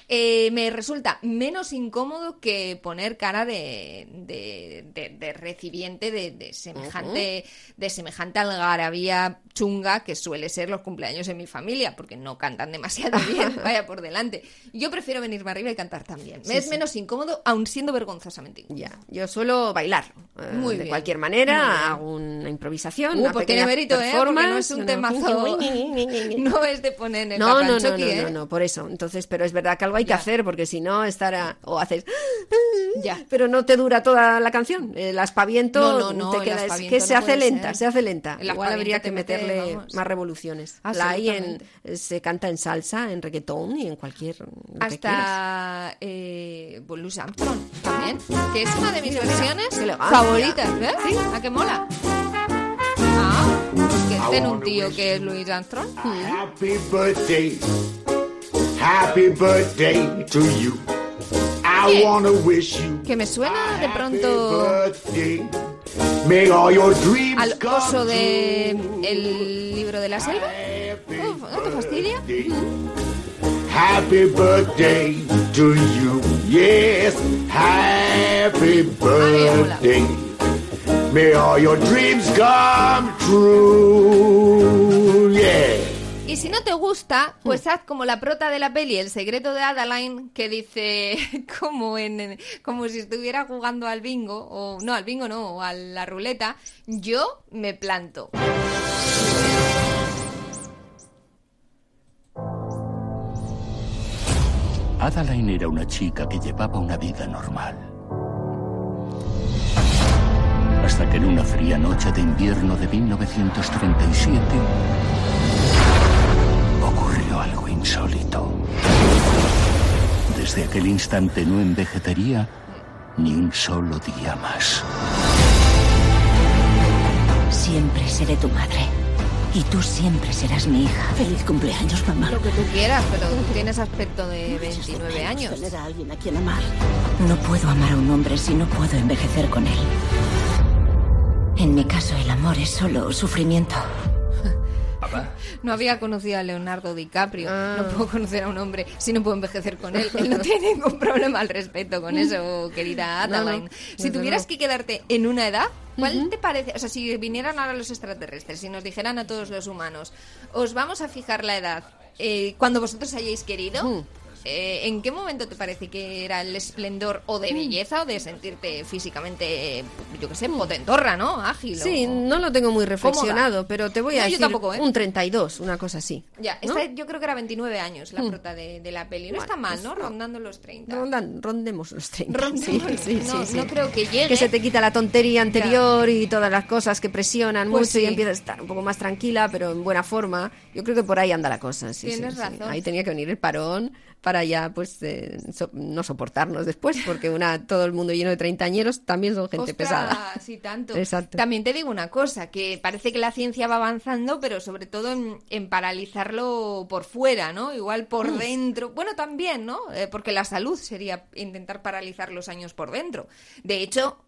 me resulta menos incómodo que poner cara de recipiente de semejante algarabía chunga que suele ser los cumpleaños en mi familia, porque no cantan demasiado bien, vaya por delante. Yo prefiero venirme arriba y cantar también. Me es menos incómodo, aun siendo vergonzosamente incómodo. Ya, yo suelo bailar. Muy de bien. cualquier Muy manera, bien. hago una improvisación. Una Pues tiene pequeña mérito, porque performance, no es un temazo. No es de poner en el No, capanchoqui, no, por eso. Entonces, pero es verdad que algo hay que hacer, porque si no, o haces... Ya. Pero no te dura toda la canción. El aspaviento No, te el queda... Es aspaviento que no se hace puede lenta, ser. se hace lenta. El Igual habría aspaviento que te mete, meterle vamos. más revoluciones. Ah, La se canta en salsa, en reggaetón y en cualquier... Hasta Louis Armstrong también, que es una de mis versiones favoritas, ¿ves? Sí, ¿a qué mola? Pues que ten un tío que es Louis Armstrong. Happy birthday to you. I wanna wish you que me suena de pronto al oso de El libro de la selva. ¿No te fastidia? Happy birthday to you. Yes, happy birthday. May all your dreams come true. Yeah. Y si no te gusta, pues haz como la prota de la peli El secreto de Adeline, que dice como si estuviera jugando al bingo, o no, al bingo no, o a la ruleta, yo me planto. Adeline era una chica que llevaba una vida normal. Hasta que en una fría noche de invierno de 1937... ocurrió algo insólito. Desde aquel instante no envejecería ni un solo día más. Siempre seré tu madre. Y tú siempre serás mi hija. Feliz cumpleaños, mamá. Lo que tú quieras, pero tú tienes aspecto de 29 años. Tener a alguien a quien amar. No puedo amar a un hombre si no puedo envejecer con él. En mi caso, el amor es solo sufrimiento. No había conocido a Leonardo DiCaprio. No puedo conocer a un hombre si no puedo envejecer con él. Él no tiene ningún problema al respecto con eso, querida Adeline. No. Si tuvieras que quedarte en una edad, ¿cuál te parece? O sea, si vinieran ahora los extraterrestres y nos dijeran a todos los humanos, os vamos a fijar la edad cuando vosotros hayáis querido... ¿En qué momento te parece que era el esplendor o de belleza o de sentirte físicamente, yo qué sé, potentorra, ¿no? Ágil. Sí, no lo tengo muy reflexionado, pero te voy a decir tampoco, un 32, una cosa así. Ya, ¿no? Yo creo que era 29 años la prota de la peli. No está mal, ¿no? Rondando los 30. Rondemos los 30. Sí. No creo que llegue. Que se te quita la tontería anterior y todas las cosas que presionan mucho y empiezas a estar un poco más tranquila, pero en buena forma. Yo creo que por ahí anda la cosa. Tienes razón. Ahí tenía que venir el parón para ya pues no soportarnos después, porque todo el mundo lleno de treintañeros también son gente pesada. Sí, tanto. Exacto. También te digo una cosa, que parece que la ciencia va avanzando, pero sobre todo en paralizarlo por fuera, ¿no? Igual por dentro. Bueno, también, ¿no? Porque la salud sería intentar paralizar los años por dentro. De hecho...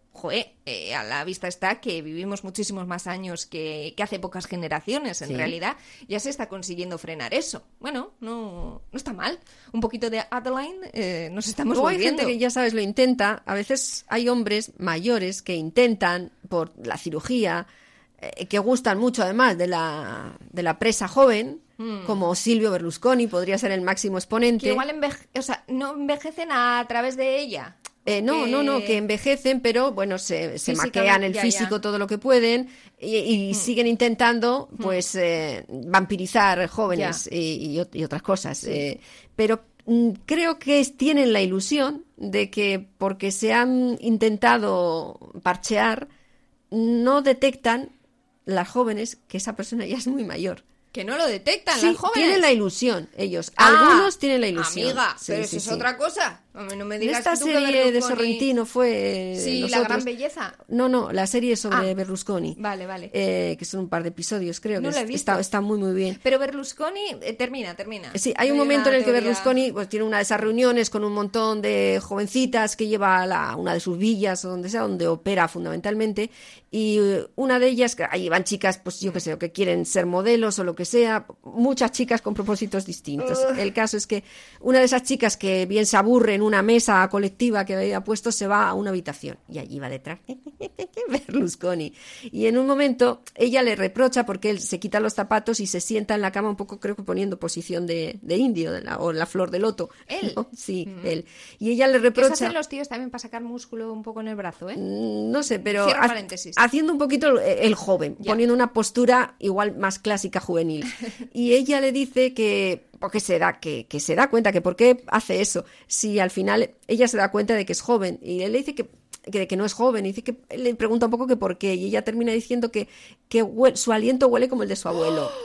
a la vista está que vivimos muchísimos más años que hace pocas generaciones. En realidad ya se está consiguiendo frenar eso. Bueno, no está mal. Un poquito de Adeline nos estamos volviendo. Hay gente que, ya sabes, lo intenta. A veces hay hombres mayores que intentan por la cirugía, que gustan mucho además de la presa joven, como Silvio Berlusconi, podría ser el máximo exponente. Que igual no envejecen a través de ella. No, que envejecen, pero bueno, se maquean el físico todo lo que pueden y siguen intentando pues vampirizar jóvenes y otras cosas. Sí. Pero creo que tienen la ilusión de que porque se han intentado parchear, no detectan las jóvenes que esa persona ya es muy mayor. Que no lo detectan las jóvenes. Tienen la ilusión, ellos. Algunos tienen la ilusión. Amiga, pero eso es otra cosa. No me digas esta serie de Sorrentino fue... Sí, La gran belleza. No, la serie sobre Berlusconi. Vale. Que son un par de episodios, creo. No que la he visto. Está muy, muy bien. Pero Berlusconi... Termina. Sí, hay un momento en el que Berlusconi pues, tiene una de esas reuniones con un montón de jovencitas que lleva a una de sus villas o donde sea, donde opera fundamentalmente, y una de ellas, ahí van chicas, pues yo qué sé, que quieren ser modelos o lo que sea, muchas chicas con propósitos distintos. El caso es que una de esas chicas que bien se aburre en una mesa colectiva que había puesto, se va a una habitación y allí va detrás Berlusconi, y en un momento ella le reprocha porque él se quita los zapatos y se sienta en la cama un poco, creo que poniendo posición de indio o la flor de loto. ¿Él? ¿No? Sí, él. Y ella le reprocha... ¿Qué hacen los tíos también para sacar músculo un poco en el brazo? No sé, pero paréntesis. Haciendo un poquito el joven, poniendo una postura igual más clásica juvenil. Y ella le dice que porque se da cuenta que por qué hace eso, si al final ella se da cuenta de que es joven, y él le dice que no es joven, y dice que él le pregunta un poco que por qué, y ella termina diciendo que su aliento huele como el de su abuelo.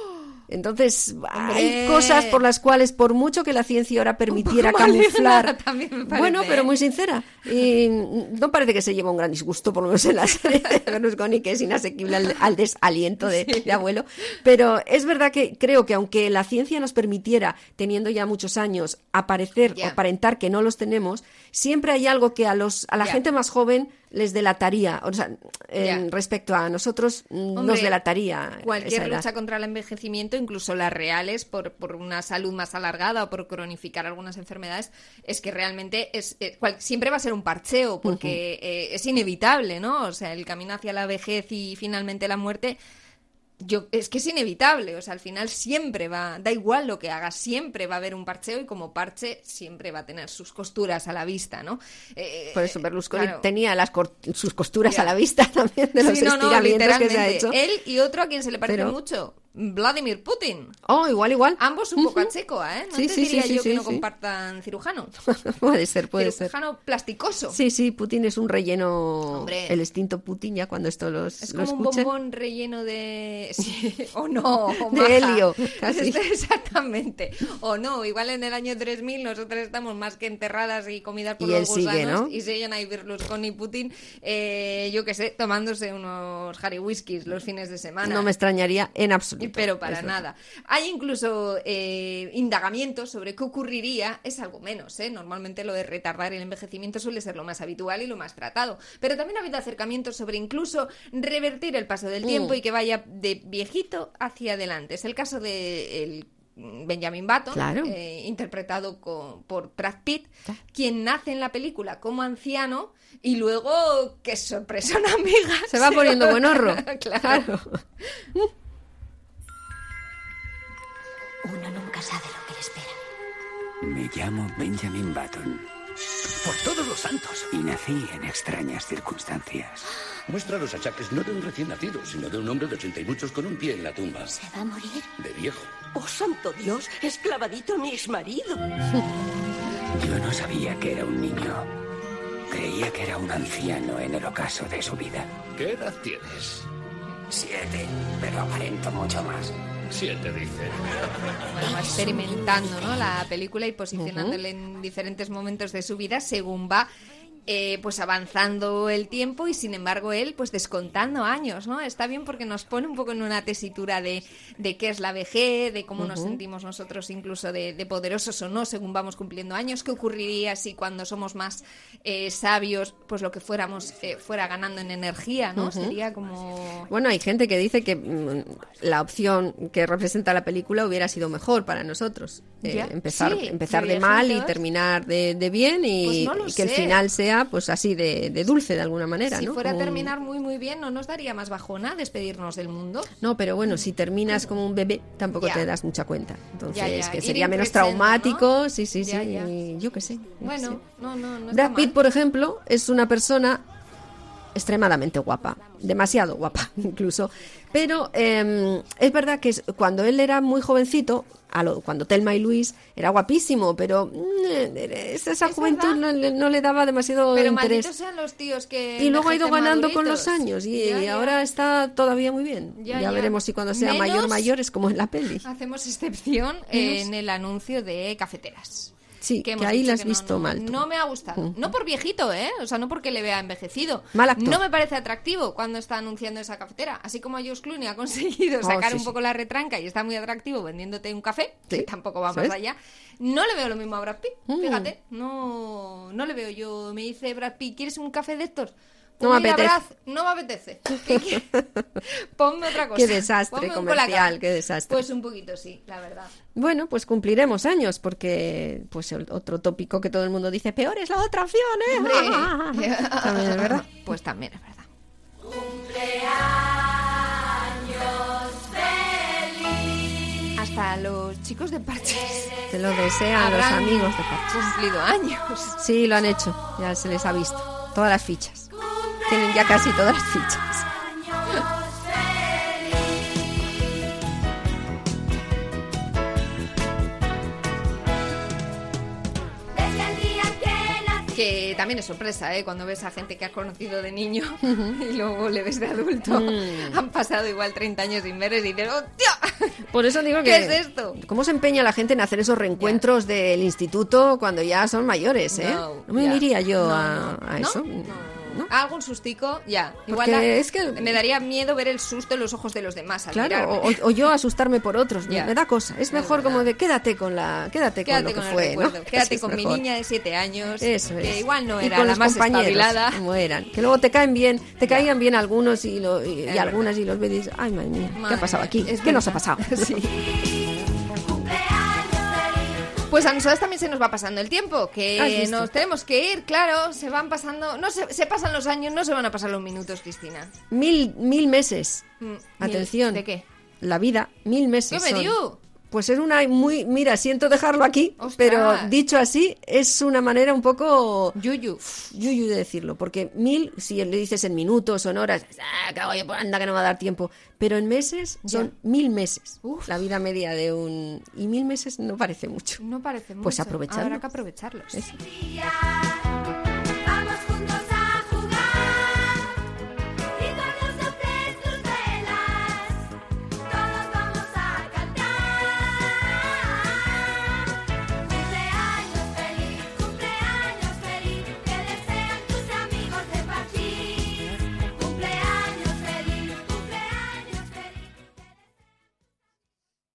Entonces, hay cosas por las cuales, por mucho que la ciencia ahora permitiera camuflar, bueno, pero muy sincera, y no parece que se lleva un gran disgusto, por lo menos en la serie de Berlusconi, que es inasequible al desaliento de abuelo, pero es verdad que creo que aunque la ciencia nos permitiera, teniendo ya muchos años, aparecer o aparentar que no los tenemos, siempre hay algo que a la gente más joven les delataría, o sea, respecto a nosotros nos delataría. Cualquier lucha contra el envejecimiento, incluso las reales, por una salud más alargada o por cronificar algunas enfermedades, es que realmente siempre va a ser un parcheo, porque es inevitable, ¿no? O sea, el camino hacia la vejez y finalmente la muerte... es que es inevitable, o sea, al final siempre da igual lo que hagas, siempre va a haber un parcheo y como parche siempre va a tener sus costuras a la vista, ¿no? Por eso Berlusconi tenía sus costuras a la vista también de los estiramientos que se ha hecho. Él y otro a quien se le parece mucho, Vladimir Putin. Oh, igual. Ambos un poco a Checo, ¿eh? No te diría yo que no compartan cirujano. Puede ser. Cirujano plasticoso. Sí, Putin es un relleno. Hombre. El extinto Putin, ya cuando esto lo escuchen. Es como un bombón relleno de... Sí, o no, o de helio, casi. Exactamente. O no, igual en el año 3000 nosotros estamos más que enterradas y comidas por y los gusanos, sigue, ¿no? Y siguen ahí Berlusconi y Putin, yo qué sé, tomándose unos Harry Whiskies los fines de semana. No me extrañaría en absoluto. Pero para nada. Hay incluso indagamientos sobre qué ocurriría, es algo menos, ¿eh? Normalmente lo de retardar el envejecimiento suele ser lo más habitual y lo más tratado. Pero también ha habido acercamientos sobre incluso revertir el paso del tiempo y que vaya de viejito hacia adelante. Es el caso de Benjamin Button, claro. Interpretado por Brad Pitt, quien nace en la película como anciano y luego, qué sorpresa, una amiga. Se va poniendo buenorro. Claro. Uno nunca sabe lo que le espera. Me llamo Benjamin Button. Por todos los santos. Y nací en extrañas circunstancias. Muestra los achaques no de un recién nacido, sino de un hombre de 80 y muchos con un pie en la tumba. ¿Se va a morir? De viejo. ¡Oh, santo Dios! ¡Es clavadito mi exmarido! Yo no sabía que era un niño. Creía que era un anciano en el ocaso de su vida. ¿Qué edad tienes? 7, pero aparento mucho más. 7, dice. Va experimentando, ¿no?, la película y posicionándole en diferentes momentos de su vida según va pues avanzando el tiempo y sin embargo él pues descontando años, ¿no? Está bien porque nos pone un poco en una tesitura de qué es la vejez, de cómo nos sentimos nosotros incluso de poderosos o no según vamos cumpliendo años, qué ocurriría si cuando somos más sabios pues lo que fuéramos fuera ganando en energía, ¿no? Sería como... Bueno, hay gente que dice que la opción que representa la película hubiera sido mejor para nosotros. Empezar de mal y terminar de bien y, pues no y que el final sea pues así de dulce de alguna manera, si ¿no? Fuera a terminar muy muy bien, ¿no nos daría más bajona despedirnos del mundo? No, pero bueno, si terminas como un bebé tampoco te das mucha cuenta. Entonces, que sería menos presente, traumático, ¿no? sí, y yo qué sé. Bueno, no Brad Pitt, por ejemplo, es una persona extremadamente guapa, demasiado guapa incluso, pero es verdad que cuando él era muy jovencito, cuando Thelma y Luis era guapísimo, pero esa juventud no le daba demasiado pero interés. Malditos sean los tíos que y luego ha ido ganando maduritos con los años y ahora está todavía muy bien. Ya veremos si cuando sea mayor es como en la peli. Hacemos excepción en el anuncio de cafeteras. Sí, que ahí la has visto mal. No me ha gustado. No por viejito, o sea, no porque le vea envejecido. Mal actor. No me parece atractivo cuando está anunciando esa cafetera. Así como George Clooney ha conseguido sacar un poco la retranca y está muy atractivo vendiéndote un café, que tampoco va más allá. No le veo lo mismo a Brad Pitt, fíjate. No le veo yo. Me dice Brad Pitt, ¿quieres un café de estos? No me apetece. No me apetece. Ponme otra cosa. Qué desastre comercial, qué desastre. Pues un poquito sí, la verdad. Bueno, pues cumpliremos años porque pues otro tópico que todo el mundo dice, peor es la otra opción, ¿eh? También es verdad. Pues también es verdad. Cumpleaños feliz. Hasta los chicos de Parches te lo desean los amigos de Parches. Cumplido años. Sí, lo han hecho, ya se les ha visto. Todas las fichas. Tienen ya casi todas las fichas. Desde el día que nací Que también es sorpresa, cuando ves a gente que has conocido de niño y luego le ves de adulto. Han pasado igual 30 años sin veres y dices, ¡hostia! Por eso digo ¿Qué que... es esto? ¿Cómo se empeña la gente en hacer esos reencuentros del instituto cuando ya son mayores, No me uniría yo a eso. ¿No? Algún sustico, ya. Igual es que me daría miedo ver el susto en los ojos de los demás al mirarme. o yo asustarme por otros. Me da cosa. Es mejor como de quédate con lo que fue, ¿no? Quédate con mi niña de 7 años. Eso que es. igual no y era con la los más compañeros, espabilada. como eran. Que luego te caían bien algunos y algunas y los ves y dices, ay, madre mía, ¿qué ha pasado aquí? ¿Qué nos ha pasado? Sí. Pues a nosotros también se nos va pasando el tiempo, que nos tenemos que ir, claro, se van pasando, se pasan los años, no se van a pasar los minutos, Cristina. 1000 meses. Atención. ¿De qué? La vida, 1000 meses. ¿Qué me dio? Pues es una mira, siento dejarlo aquí, ¡Ostras! pero dicho así, es una manera un poco yuyu de decirlo, porque 1000, si le dices en minutos o en horas, anda que no va a dar tiempo, pero en meses son 1000 meses. Uf. La vida media de y 1000 meses no parece mucho. No parece mucho. Pues aprovecharlo. Habrá que aprovecharlos. Eso.